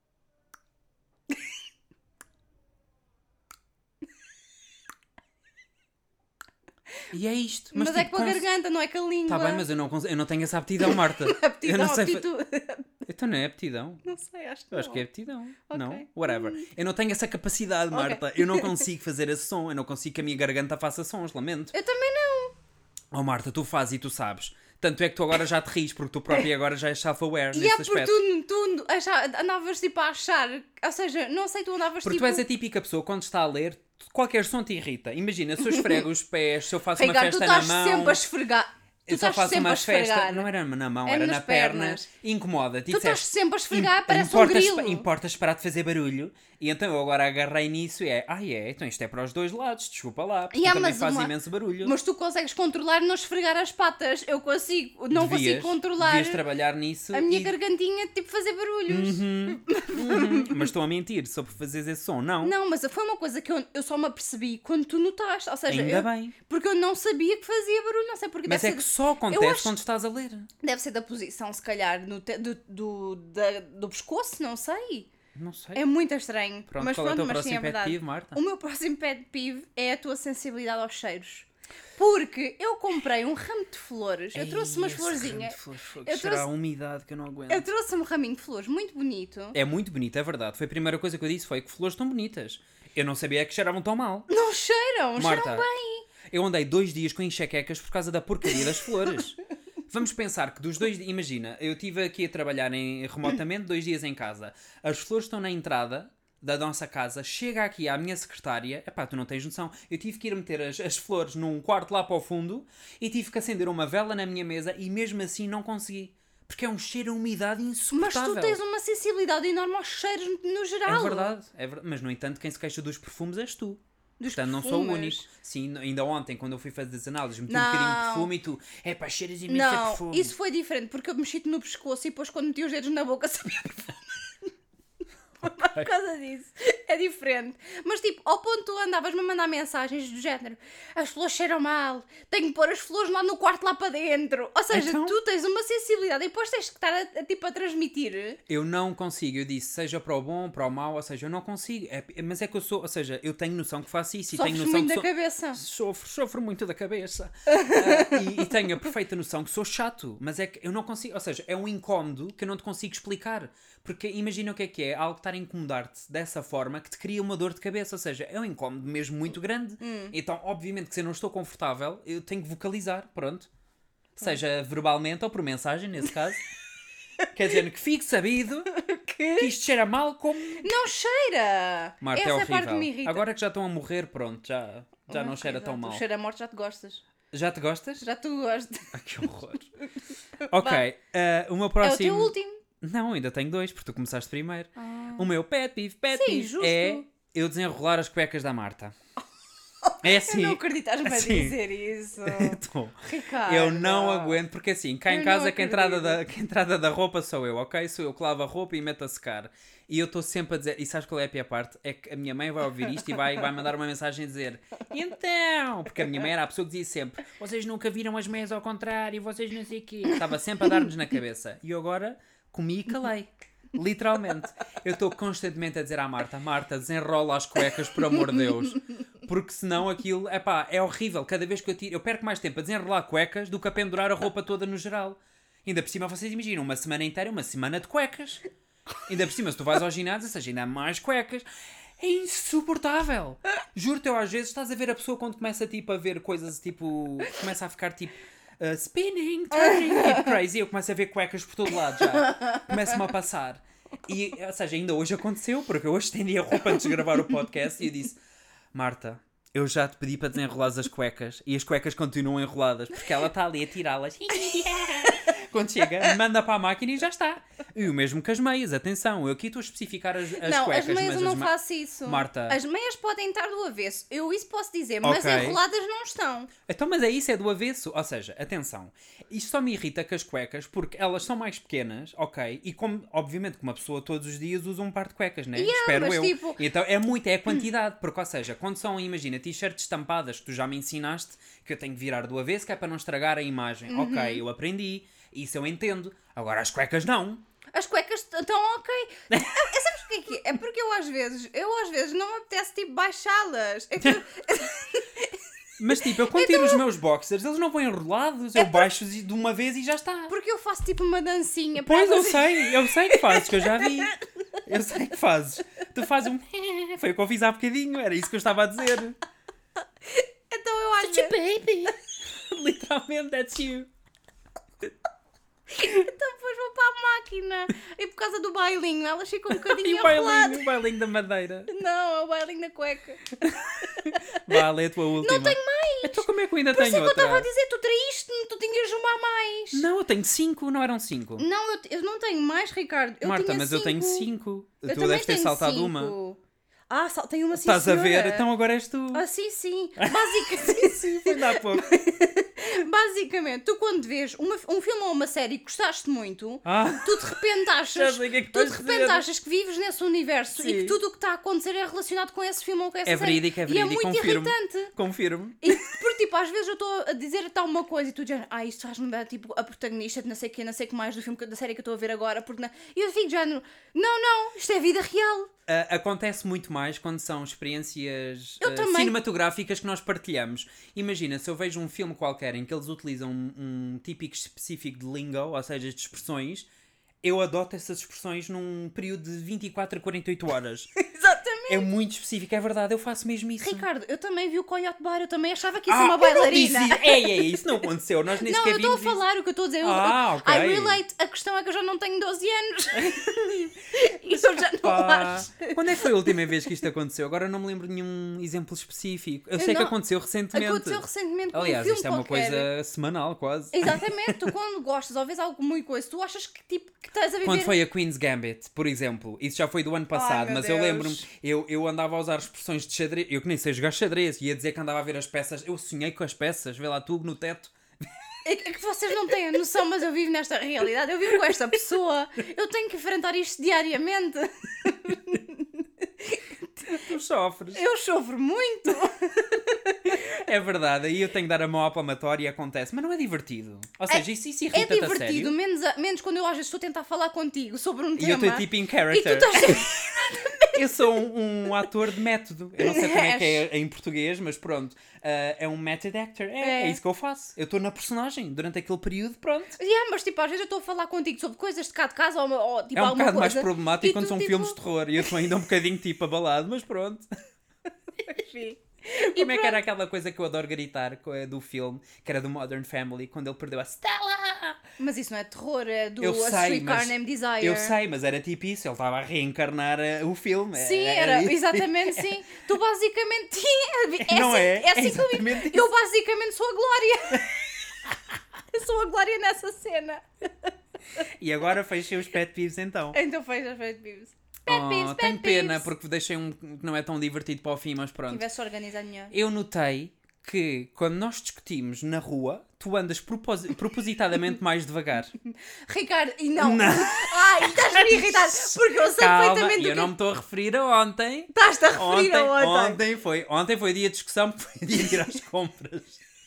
E é isto. Mas, Mas, é tipo, com a cons- garganta, não é com a língua. Tá bem, mas eu não, cons- eu não tenho essa aptidão, Marta. Aptidão, eu não sei fa- aptitude. Então não é aptidão. Não sei, acho que Eu acho não. que é aptidão. Ok. Não? Whatever. Eu não tenho essa capacidade, Ok. Marta. Eu não consigo fazer esse som. Eu não consigo que a minha garganta faça sons. Lamento. Eu também não. Oh, Marta, tu fazes e tu sabes. Tanto é que tu agora já te rires, porque tu própria agora já és self-aware E nesse é porque aspecto. tu, tu acha- andavas tipo a achar. Ou seja, não sei, tu andavas Porque tipo. tu és a típica pessoa, quando está a ler, qualquer som te irrita. Imagina, se eu esfrego os pés, se eu faço uma Ricardo, tu festa na estás mão... sempre a esfregar. Tu Eu só estás faço sempre uma a esfregar. festa... Não era na mão, É era nas na perna. pernas. Incomoda-te. E Tu estás disseste, sempre a esfregar, "Im- parece um importas- grilo." Importas parar de fazer barulho. E então eu agora agarrei nisso e é... Ah, é? Então isto é para os dois lados. Desculpa lá. Porque Yeah, tu também mas fazes uma- imenso barulho. Mas tu consegues controlar não esfregar as patas. Eu consigo, não Devias- consigo controlar Devias trabalhar nisso. a minha e... gargantinha, tipo fazer barulhos. Uhum, uhum. Mas estou a mentir sobre fazeres esse som. Não. Não, mas foi uma coisa que eu, eu só me apercebi quando tu notaste. Ou seja, Ainda eu- bem. porque eu não sabia que fazia barulho. Não sei porque. Mas é deve que ser, só acontece acho- quando estás a ler. deve ser da posição, se calhar, no te- do, do, da- do pescoço, não sei. Não sei. É muito estranho. Pronto, mas qual é o pronto, teu mas sim, próximo é pet verdade. peeve, Marta? O meu próximo pet peeve é a tua sensibilidade aos cheiros. Porque eu comprei um ramo de flores. Eu trouxe umas Ei, esse ramo florzinhas. de flores, fogo, Eu cheira a trouxe- umidade que eu não aguento. Eu trouxe um raminho de flores muito bonito. É muito bonito, é verdade. Foi a primeira coisa que eu disse, foi que flores tão bonitas. Eu não sabia que cheiravam tão mal. Não cheiram, Marta, cheiram bem. eu andei dois dias com enxaquecas por causa da porcaria das flores. Vamos pensar que dos dois... Imagina, eu estive aqui a trabalhar em, remotamente dois dias em casa. As flores estão na entrada da nossa casa. Chega aqui à minha secretária. Epá, tu não tens noção. Eu tive que ir meter as, as flores num quarto lá para o fundo e tive que acender uma vela na minha mesa e mesmo assim não consegui. Porque é um cheiro a umidade Mas insuportável. tu tens uma sensibilidade enorme aos cheiros no geral. É verdade, é verdade. Mas no entanto, quem se queixa dos perfumes és tu. Dos Portanto, não sou o perfumes. único. Sim, ainda ontem, quando eu fui fazer as análises, meti um Não. bocadinho de perfume e tu, é pá, cheiras imenso a Não, perfume. isso foi diferente, porque eu mexi-te no pescoço e depois quando meti os dedos na boca sabia perfume. Por causa disso. É diferente. Mas tipo, ao ponto tu andavas-me a mandar mensagens do género: as flores cheiram mal, tenho que pôr as flores lá no quarto lá para dentro. Ou seja, Então? tu tens uma sensibilidade e depois tens que estar a, a, tipo, a transmitir. Eu não consigo, eu disse, seja para o bom, para o mau, ou seja, eu não consigo. É, mas é que eu sou, ou seja, eu tenho noção que faço isso e Sofres tenho noção muito que da sou... cabeça. Sofro, sofro muito da cabeça. Ah, e, e tenho a perfeita noção que sou chato, mas é que eu não consigo, ou seja, é um incómodo que eu não te consigo explicar. Porque imagina o que é que é, algo estar a incomodar-te dessa forma que te cria uma dor de cabeça, ou seja, é um incómodo mesmo muito grande. Hum. Então, obviamente que se eu não estou confortável, eu tenho que vocalizar, pronto. Seja verbalmente ou por mensagem, nesse caso. Quer dizer, que fique sabido que isto cheira mal como... Não cheira! Marta, Essa é é a parte horrível. que me irrita. Agora que já estão a morrer, pronto, já, já não Ok, cheira tão exato. mal. Cheira a morte, já te gostas. Já te gostas? Já tu gostas. Ai, que horror. Ok, uh, o meu próximo... É o teu último. Não, ainda tenho dois, porque tu começaste primeiro. Ah. O meu pet peeve, pet Sim, peeve justo. é eu desenrolar as cuecas da Marta. É assim. Eu não acreditas-me a assim. dizer isso. Então, Ricardo. eu não aguento, porque assim, cá em Eu casa não que a, entrada acredito. da, que a entrada da roupa sou eu, ok? Sou eu que lavo a roupa e meto a secar. E eu estou sempre a dizer, e sabes qual é a pior parte? É que a minha mãe vai ouvir isto e vai, vai mandar uma mensagem a dizer então, porque a minha mãe era a pessoa que dizia sempre vocês nunca viram as meias ao contrário, vocês não sei o quê. Estava sempre a dar-nos na cabeça. E eu agora comi e calei. Literalmente. Eu estou constantemente a dizer à Marta, Marta, desenrola as cuecas, por amor de Deus. Porque senão aquilo, epá, é horrível. Cada vez que eu tiro, eu perco mais tempo a desenrolar cuecas do que a pendurar a roupa toda no geral. Ainda por cima, vocês imaginam, uma semana inteira, uma semana de cuecas. Ainda por cima, se tu vais ao ginásio, seja, ainda há mais cuecas. É insuportável. Juro-te, eu às vezes estás a ver a pessoa quando começa tipo, a ver coisas tipo... Começa a ficar tipo... Uh, spinning, turning, tipo crazy. Eu começo a ver cuecas por todo lado já. Começo-me a passar. E, ou seja, ainda hoje aconteceu, porque eu hoje estendi a roupa antes de gravar o podcast e eu disse: Marta, eu já te pedi para desenrolares as cuecas e as cuecas continuam enroladas porque ela está ali a tirá-las. Quando chega, manda para a máquina e já está. E o mesmo que as meias, atenção, eu aqui estou a especificar as, as não, cuecas. as meias mas eu não as ma- faço isso. Marta. As meias podem estar do avesso. Eu isso posso dizer, mas Ok. enroladas não estão. Então, mas é isso, é do avesso. Ou seja, atenção, isto só me irrita com as cuecas porque elas são mais pequenas, ok? E como, obviamente, que uma pessoa todos os dias usa um par de cuecas, né? Yeah, Espero mas eu. tipo- Então é muito, é a quantidade. Porque, ou seja, quando são, imagina, t-shirts estampadas que tu já me ensinaste que eu tenho que virar do avesso que é para não estragar a imagem. Uhum. Ok, eu aprendi. Isso eu entendo. Agora as cuecas não. As cuecas estão ok. É, é, sabes o que é que é? É porque eu às vezes, eu às vezes não me apetece tipo baixá-las. É que eu- Mas tipo, eu quando tiro os meus boxers, eles não vão enrolados. Eu baixo-os de uma vez e já está. porque eu faço tipo uma dancinha. para Pois eu elas- sei, eu sei que fazes, que eu já vi. Eu sei que fazes. Tu fazes um. Foi o que eu fiz há bocadinho, era isso que eu estava a dizer. Então eu às vezes... baby. Literalmente, that's you. Então depois vou para a máquina. E por causa do bailinho, elas ficam um E bocadinho o bailinho, enroladas. o bailinho da madeira. Não, é o bailinho da cueca. Vá, lê a tua última. Não tenho mais. Então como é que eu ainda Por isso tenho é que eu estava a outra? dizer, tu traíste-me, tu tinhas uma a mais. Não, eu tenho cinco, não eram cinco. Não, eu, eu não tenho mais, Ricardo. Eu Marta, tinha mas eu tenho cinco. Eu Tu também deves ter tenho saltado cinco. uma. Ah, saltei uma sim, Estás a ver? senhora. Então agora és tu. Ah, sim, sim. Basicamente, Sim, foi ainda há pouco. basicamente, tu quando vês uma- um filme ou uma série que gostaste muito, Ah, tu de repente já achas, sei o que é que tu de vais repente dizer. achas que vives nesse universo Sim. e que tudo o que está a acontecer é relacionado com esse filme ou com essa É série. verídico, é E é verídico, muito confirmo. irritante. Confirmo. E, porque, tipo, às vezes eu estou a dizer tal uma coisa e tu dizes, ah, isto faz-me lembrar, tipo, a protagonista de não sei o que, não sei o que mais do filme, que- da série que eu estou a ver agora, porque não... E eu fico já no, não, não, isto é vida real. Uh, acontece muito mais quando são experiências Eu uh, também. cinematográficas que nós partilhamos. Imagina, se eu vejo um filme qualquer em que eles utilizam um, um típico específico de lingo, ou seja, de expressões, eu adoto essas expressões num período de vinte e quatro a quarenta e oito horas. Exatamente. É muito específico, é verdade, eu faço mesmo isso. Ricardo, eu também vi o Coyote Bar, eu também achava que ia ser Ah, uma eu não bailarina. disse- Ei, ei, isso não aconteceu, nós nem Não, sequer eu estou a vimos isso. falar o que eu estou a dizer. Eu- Ah, ok. I relate. A questão é que eu já não tenho doze anos. E eu já não Pá, acho. quando é que foi a última vez que isto aconteceu? Agora não me lembro de nenhum exemplo específico. Eu sei não- que aconteceu recentemente. Aconteceu recentemente com Aliás, um filme isto é uma qualquer. coisa semanal, quase. Exatamente, tu quando gostas ou vês algo muito coisa, tu achas que tipo que estás a viver. Quando foi a Queen's Gambit, por exemplo, isso já foi do ano passado, meu mas eu Deus. lembro-me, eu, eu andava a usar expressões de xadrez, eu que nem sei jogar xadrez, ia dizer que andava a ver as peças, eu sonhei com as peças, vê lá tu no teto. É que é que vocês não têm a noção, mas eu vivo nesta realidade, eu vivo com esta pessoa, eu tenho que enfrentar isto diariamente. Tu sofres. Eu sofro muito. É verdade, aí eu tenho que dar a mão à palmatória e acontece, mas não é divertido. Ou seja, isso, isso É irrita-te a divertido, sério. menos, a- menos quando eu às vezes estou a tentar falar contigo sobre um E tema. eu estou tipo in E tu character. estás Eu sou um, um ator de método. Eu não sei como é que é em português, mas pronto. Uh, é um method actor. É, é. é isso que eu faço. Eu estou na personagem durante aquele período, pronto. Yeah, mas tipo, às vezes eu estou a falar contigo sobre coisas de cá de casa ou, ou tipo é um alguma bocado coisa, mais problemático quando tu, são tipo... filmes de terror. E eu estou ainda um bocadinho tipo abalado, mas pronto. Enfim. Como é que era aquela coisa que eu adoro gritar do filme, que era do Modern Family, quando ele perdeu a Stella? Mas isso não é terror, é do eu A sei, Streetcar mas, Named Desire. Eu sei, mas era tipo isso, ele estava a reencarnar uh, o filme. Sim, era, era, exatamente, sim. Tu basicamente tinha... É não assim, é? É assim é exatamente comigo. Eu basicamente sou a Glória. Eu sou a Glória nessa cena. E agora fechei os pet peeves então. Então fez as pet peeves. Pet oh, peeves, pet tenho peeves. pena porque deixei um que não é tão divertido para o fim, mas pronto. Tivesse organizado melhor. Eu notei que quando nós discutimos na rua, tu andas propos- propositadamente mais devagar. Ricardo, e não. Não. Ai, estás-me irritado. Porque eu sei Calma, perfeitamente do eu que... não me estou a referir a ontem. Estás-te a referir Ontem, a ontem. ontem, foi, ontem foi dia de discussão porque foi dia de ir às compras.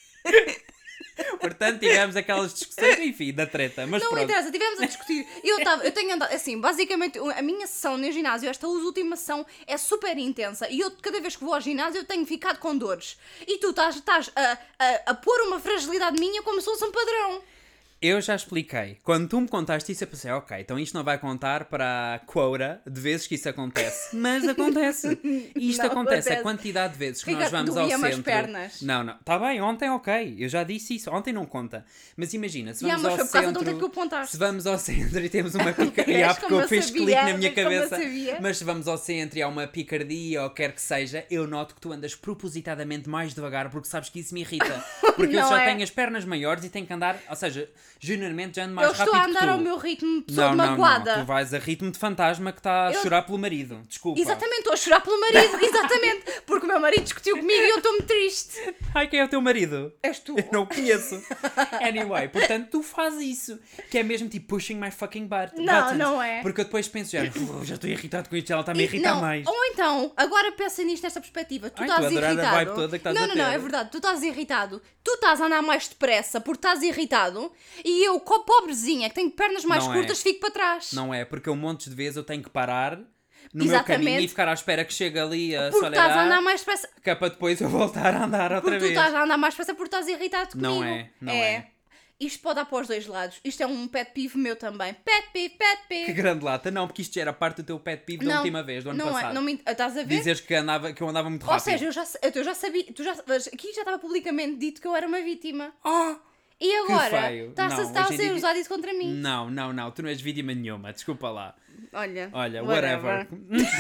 Portanto, tivemos aquelas discussões, enfim, da treta. Mas não pronto. interessa, estivemos a discutir. Eu, tava, eu tenho andado, assim, basicamente, a minha sessão no ginásio, esta última sessão, é super intensa. E eu, cada vez que vou ao ginásio, eu tenho ficado com dores. E tu estás, estás a, a, a pôr uma fragilidade minha como se fosse um padrão. Eu já expliquei. Quando tu me contaste isso, eu pensei, ok, então isto não vai contar para a quota de vezes que isso acontece. Mas acontece. E isto Não acontece. acontece. A quantidade de vezes que Ricardo, nós vamos ao doía-me as centro. pernas. Não, não. Está bem, ontem ok. Eu já disse isso. Ontem não conta. Mas imagina, se vamos Yeah, mas ao foi por causa de centro. ontem que o apontaste. Se vamos ao centro e temos uma picardia. Vês Yeah, porque como eu eu fiz sabia, clique na minha vês como eu cabeça. sabia. Mas se vamos ao centro e há uma picardia ou quer que seja, eu noto que tu andas propositadamente mais devagar porque sabes que isso me irrita. Porque eu Não já é. tenho as pernas maiores e tenho que andar, ou seja, genuinamente já ando mais Eu estou rápido a andar que tu. ao meu ritmo de pessoa Não, não, magoada. não. Tu vais a ritmo de fantasma que está a Eu- chorar pelo marido. Desculpa. Exatamente, estou a chorar pelo marido, exatamente. Porque o meu marido discutiu comigo e eu estou-me triste. Ai, quem é o teu marido? És tu. Eu não o conheço. Anyway, portanto, tu fazes isso. Que é mesmo tipo pushing my fucking butt. Não, buttons. não é. Porque eu depois penso, já, "Uf, já estou irritado com isto, ela está-me a E- irritar não, mais. Ou então, agora pensa nisto nesta perspectiva. Tu Ai, estás estou a adorar a irritado. vibe toda que estás não, a não, ter. não, é verdade. Tu estás irritado. Tu estás a andar mais depressa porque estás irritado. E eu, com a pobrezinha que tenho pernas mais Não é. curtas, fico para trás. Não é, porque eu montes de vezes eu tenho que parar no meu Exatamente. caminho e ficar à espera que chegue ali a Porque estás a andar Soledad, mais depressa. que é para depois eu voltar a andar outra Porque tu vez. estás a andar mais depressa porque estás irritado comigo. Não é, não é. Isto pode dar para os dois lados. Isto é um pet peeve meu também. Pet peeve, pet Que peeve. grande lata. Não, porque isto já era parte do teu pet peeve da Não, última vez, do ano não passado. É, não me... Estás a ver? Dizeres que, andava, que eu andava muito Ou rápido. seja, eu já, eu já sabia. Tu já, aqui já estava publicamente dito que eu era uma vítima. Oh! E agora? feio. Está a, Não, está a hoje em ser dia- usado isso contra mim. Não, não, não. Tu não és vítima nenhuma. Desculpa lá. Olha. Olha, whatever.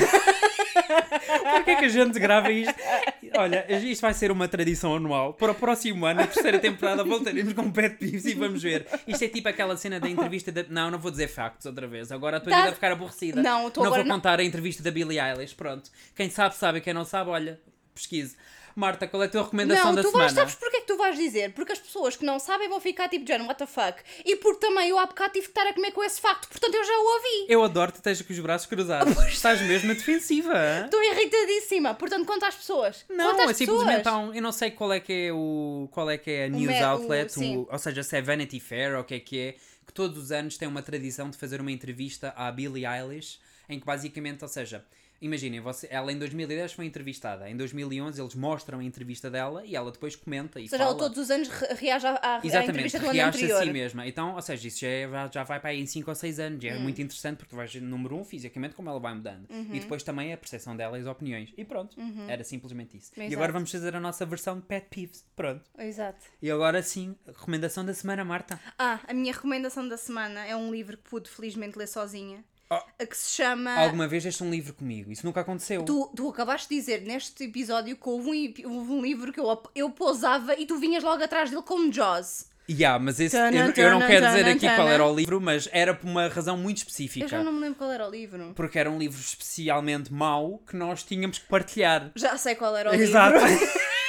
Porquê que a gente grava isto? Olha, isto vai ser uma tradição anual. Para o próximo ano, na terceira temporada, voltaremos com pet peeves e vamos ver. Isto é tipo aquela cena da entrevista da... Não, não vou dizer factos outra vez. Agora a tua Tá- vida vai ficar aborrecida. Não, estou Não agora vou não- contar a entrevista da Billie Eilish. Pronto. Quem sabe, sabe. Quem não sabe, olha, pesquise. Marta, qual é a tua recomendação Não, da tu semana? vais, sabes porquê que tu vais dizer? Porque as pessoas que não sabem vão ficar tipo, John, what the fuck? E porque também eu há bocado tive que estar a comer com esse facto, portanto eu já o ouvi. Eu adoro que esteja com os braços cruzados. Estás mesmo a defensiva. hã? Estou irritadíssima, portanto conta às pessoas. Não, conta às é simplesmente pessoas. há um, eu não sei qual é que é o qual é que é a news me- o- outlet, sim. o- ou seja, se é Vanity Fair ou o que é que é, que todos os anos tem uma tradição de fazer uma entrevista à Billie Eilish, em que basicamente, ou seja, imaginem, você, ela em dois mil e dez foi entrevistada, em dois mil e onze eles mostram a entrevista dela e ela depois comenta e Ou seja, fala. ela todos os anos re- reage à, à, à Exatamente, entrevista do ano reage a anterior. si mesma. Então, ou seja, isso já, é- já- já vai para aí em cinco ou seis anos. Já é muito interessante porque tu vais ver, número um, fisicamente, como ela vai mudando. E depois também a percepção dela e as opiniões. E pronto, era simplesmente isso. E Exato. agora vamos fazer a nossa versão de Pet Peeves. Pronto. Exato. E agora sim, recomendação da semana, Marta. Ah, a minha recomendação da semana é um livro que pude felizmente ler sozinha. Oh. A que se chama... Alguma vez deste um livro comigo? Isso nunca aconteceu. Tu, tu acabaste de dizer neste episódio que houve um, ep- houve um livro que eu, ap- eu pousava e tu vinhas logo atrás dele como Jaws. Yeah, mas esse, Tana, eu, eu não tana, quero dizer tana, aqui qual tana. era o livro, mas era por uma razão muito específica. Eu já não me lembro qual era o livro. Porque era um livro especialmente mau que nós tínhamos que partilhar. Já sei qual era o Exato. livro.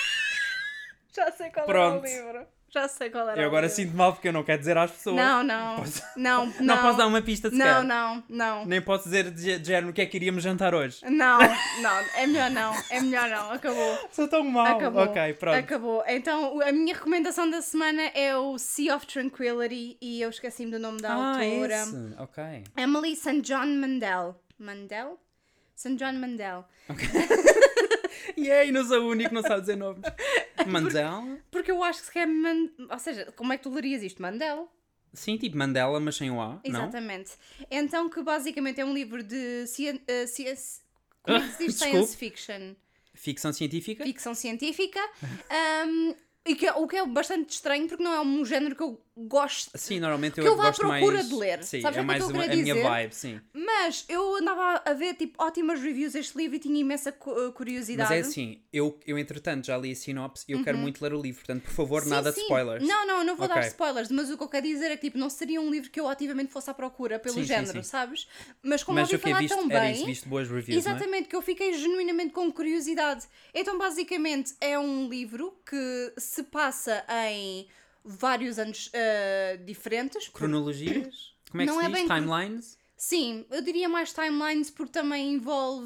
Já sei qual Pronto. era o livro. Já sei qual era Eu o agora livro. sinto mal porque eu não quero dizer às pessoas. Não, não. Posso- Não, não. Não posso dar uma pista sequer. Não, não, não. Nem posso dizer de de género o que é que iríamos jantar hoje. Não, não. É melhor não. É melhor não. Acabou. Sou tão mau. Acabou. Ok, pronto. Acabou. Então, o- a minha recomendação da semana é o Sea of Tranquility e eu esqueci-me do nome da Ah, autora. esse. Ok. Emily Saint John Mandel. Mandel? Saint John Mandel. E aí, não sou o único que não sabe dizer nomes. Mandel? Porque eu acho que se é... Man... Ou seja, como é que tu lerias isto? Mandel? Sim, tipo Mandela, mas sem o A, Exatamente. Não? Então, que basicamente é um livro de... Cien... Uh, ciência... Como é que se diz? Science fiction. Ficção científica? Ficção científica. um, e que é, o que é bastante estranho, porque não é um género que eu gosto. Sim, normalmente eu, eu vou gosto mais... à procura de ler. Sim, Sabes é o que mais eu uma, a dizer? minha vibe, sim. Mas eu andava a ver, tipo, ótimas reviews deste livro e tinha imensa curiosidade. Mas é assim, eu, eu entretanto já li a sinopse e eu uhum. quero muito ler o livro, portanto, por favor, sim, nada sim. de spoilers. Não, não, não vou okay. dar spoilers, mas o que eu quero dizer é que, tipo, não seria um livro que eu ativamente fosse à procura pelo sim, género, sim, sim. sabes? Mas como mas ouvi falar visto, tão bem... Era isso, visto boas reviews, exatamente, não é? que eu fiquei genuinamente com curiosidade. Então, basicamente, é um livro que se passa em vários anos uh, diferentes. Cronologias? Como é que não se é diz? Bem... Timelines? Sim, eu diria mais timelines porque também envolve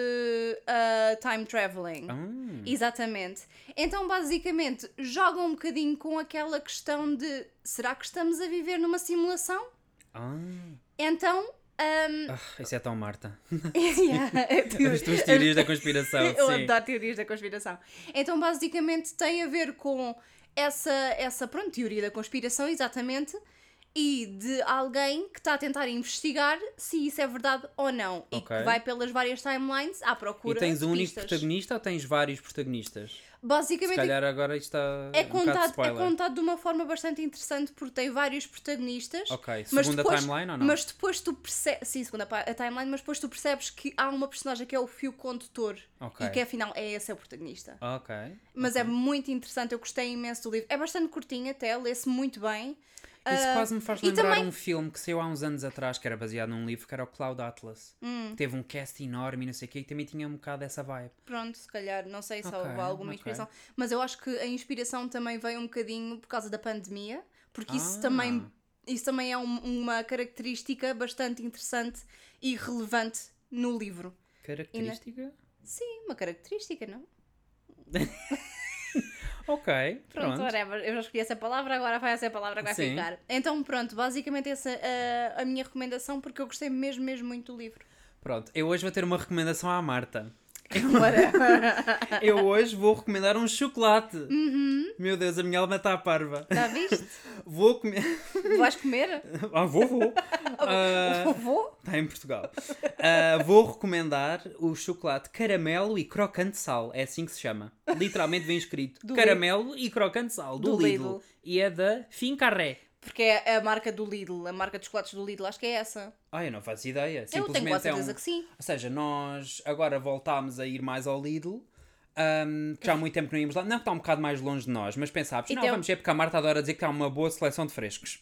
uh, time traveling. Ah. Exatamente. Então, basicamente, joga um bocadinho com aquela questão de será que estamos a viver numa simulação? Ah. Então... Um... Oh, isso é tão Marta. yeah, As tuas teorias da conspiração. Eu sim. adoro teorias da conspiração. Então, basicamente, tem a ver com essa, essa pronto, teoria da conspiração, exatamente, e de alguém que está a tentar investigar se isso é verdade ou não. Okay. E que vai pelas várias timelines à procura de pistas. E tens um único pistas. protagonista ou tens vários protagonistas? Basicamente, se calhar agora isto está é um contado, de é contado de uma forma bastante interessante porque tem vários protagonistas. Ok, mas segunda depois, timeline ou não? Mas depois tu percebes... Sim, segunda a timeline, mas depois tu percebes que há uma personagem que é o fio condutor. Okay. E que afinal é esse é o protagonista. Ok. Mas okay. é muito interessante, eu gostei imenso do livro. É bastante curtinho até, lê-se muito bem. Isso uh, quase me faz lembrar também... um filme que saiu há uns anos atrás, que era baseado num livro, que era o Cloud Atlas. Hum. Que teve um cast enorme e não sei o quê, e também tinha um bocado dessa vibe. Pronto, se calhar, não sei se okay, houve alguma inspiração. Okay. Mas eu acho que a inspiração também veio um bocadinho por causa da pandemia, porque ah. isso, também, isso também é um, uma característica bastante interessante e relevante no livro. Característica? Na... Sim, uma característica, não? Ok, pronto. Pronto, whatever. Eu já escolhi essa palavra, agora vai essa palavra que vai Sim. ficar. Então, pronto, basicamente essa é a, a minha recomendação, porque eu gostei mesmo, mesmo muito do livro. Pronto, eu hoje vou ter uma recomendação à Marta. Eu, eu hoje vou recomendar um chocolate. Uhum. Meu Deus, a minha alma está parva. Já viste? Vou comer. Vais comer? Ah, vou, vou. Uh, vou? Está em Portugal. Uh, vou recomendar o chocolate caramelo e crocante sal. É assim que se chama. Literalmente vem escrito do caramelo Lidl. E crocante sal do, do Lidl. Lidl. E é da Fincarré. Porque é a marca do Lidl, a marca de chocolates do Lidl, acho que é essa. Ah, eu não faço ideia. Eu tenho quase certeza é um... que sim. Ou seja, nós agora voltámos a ir mais ao Lidl, um, que já há muito tempo que não íamos lá. Não que está um bocado mais longe de nós, mas pensámos, não, tem... vamos ver porque a Marta adora dizer que há uma boa seleção de frescos.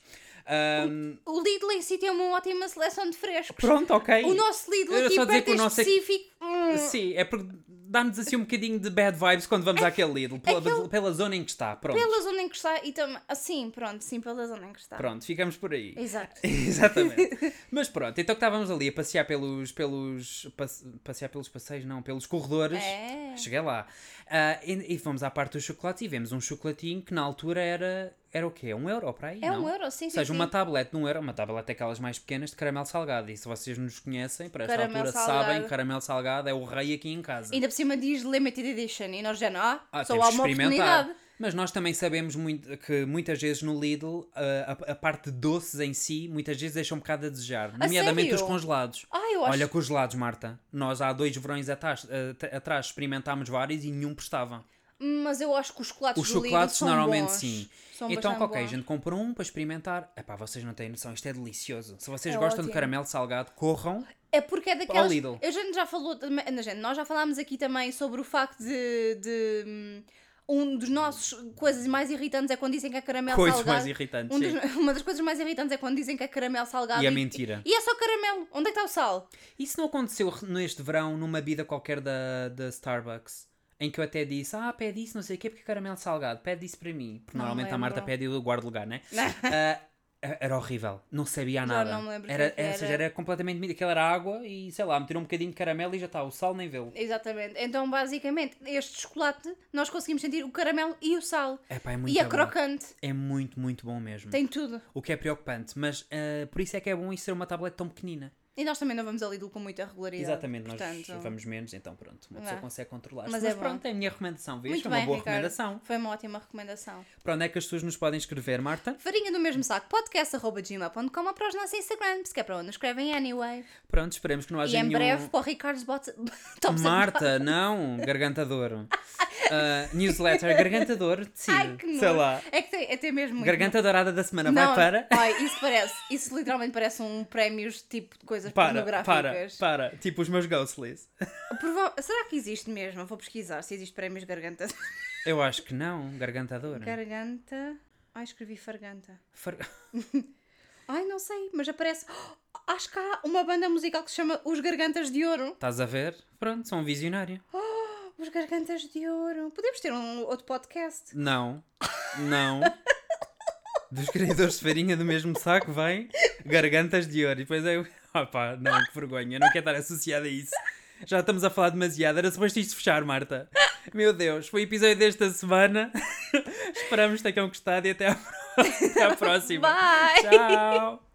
Um... O, o Lidl em si tem uma ótima seleção de frescos. Pronto, ok. O nosso Lidl aqui perto é específico. É... Hum. Sim, é porque dá-nos assim um bocadinho de bad vibes quando vamos é, àquele Lidl, pela, aquele... pela zona em que está. Pronto. Pela zona em que está e também. Assim, pronto, sim, pela zona em que está. Pronto, ficamos por aí. Exato. Exatamente. Mas pronto, então que estávamos ali a passear pelos. pelos passe... passear pelos passeios, não, pelos corredores. É. Cheguei lá. Uh, e, e fomos à parte dos chocolates e vemos um chocolatinho que na altura era. Era o quê? Um euro para aí? É não? um euro, sim, sim. Ou seja, sim. uma tablete de um euro, uma tablete daquelas mais pequenas de caramelo salgado. E se vocês nos conhecem, para esta caramelo altura salgado. sabem que caramelo salgado é o rei aqui em casa. Ainda por cima diz Limited Edition e nós já não há, ah, só há uma oportunidade. Mas nós também sabemos muito, que muitas vezes no Lidl, a, a, a parte de doces em si, muitas vezes deixam um bocado a desejar. Nomeadamente sério? os congelados. Ah, eu acho... Olha, congelados, Marta. Nós há dois verões atrás, atrás experimentámos vários e nenhum prestava. Mas eu acho que os chocolates os do chocolates Lidl normalmente são bons. sim. São então, ok, bons. a gente comprou um para experimentar. Epá, vocês não têm noção, isto é delicioso. Se vocês é gostam ótimo. de caramelo salgado, corram. É porque é daquelas... Ao Lidl. A gente já falou... Gente, nós já falámos aqui também sobre o facto de... de um dos nossos coisas mais irritantes é quando dizem que é caramelo coisas salgado. mais irritantes, um dos, uma das coisas mais irritantes é quando dizem que é caramelo salgado. E é mentira. E é só caramelo. Onde é que está o sal? Isso não aconteceu neste verão numa bebida qualquer da, da Starbucks? Em que eu até disse, ah, pede isso, não sei o quê, porque é caramelo salgado. Pede isso para mim. Porque não normalmente lembro. a Marta pede e eu guardo lugar, né? uh, era horrível. Não sabia nada. Já não me lembro era, que era. Ou seja, era completamente mentira. Aquilo era água e, sei lá, meteram um bocadinho de caramelo e já está. O sal nem vê-lo. Exatamente. Então, basicamente, este chocolate, nós conseguimos sentir o caramelo e o sal. Epá, é muito e é bom. crocante. É muito, muito bom mesmo. Tem tudo. O que é preocupante. Mas uh, por isso é que é bom isso ser uma tablete tão pequenina. E nós também não vamos a Lidl com muita regularidade. Exatamente, portanto... nós vamos menos, então pronto, uma pessoa Não. consegue controlar. Mas Mas, é Mas bom. pronto, é a minha recomendação, vês? Muito Foi uma bem, boa Ricardo. recomendação. Foi uma ótima recomendação. Para onde é que as pessoas nos podem escrever, Marta? Farinha do mesmo saco, podcast arroba gmail ponto com ou para os nossos Instagrams, que é para onde nos escrevem anyway. Pronto, esperemos que não haja E em nenhum... breve para o Ricardo's bot... Top Marta, não, gargantador. Uh, newsletter, gargantador, sim, Ai, que sei nojo. lá. É que tem, é ter mesmo muito... Garganta dourada da semana, Não, vai para... Ai, isso parece, isso literalmente parece um prémios tipo de coisas Para, pornográficas. para, para, tipo os meus ghostlies. Prova- Será que existe mesmo? Vou pesquisar se existe prémios garganta. Eu acho que não, gargantador. Garganta... Ai, escrevi farganta. Far... Ai, não sei, mas aparece... Acho que há uma banda musical que se chama Os Gargantas de Ouro. Estás a ver? Pronto, sou um visionário. Os Gargantas de Ouro. Podemos ter um outro podcast. Não, não. Dos criadores de farinha do mesmo saco, vai gargantas de ouro. E depois eu, opá, não, que vergonha, não quero estar associada a isso. Já estamos a falar demasiado, era suposto isto fechar, Marta. Meu Deus, foi o episódio desta semana. Esperamos que tenham gostado e até à, até à próxima. Bye! Tchau!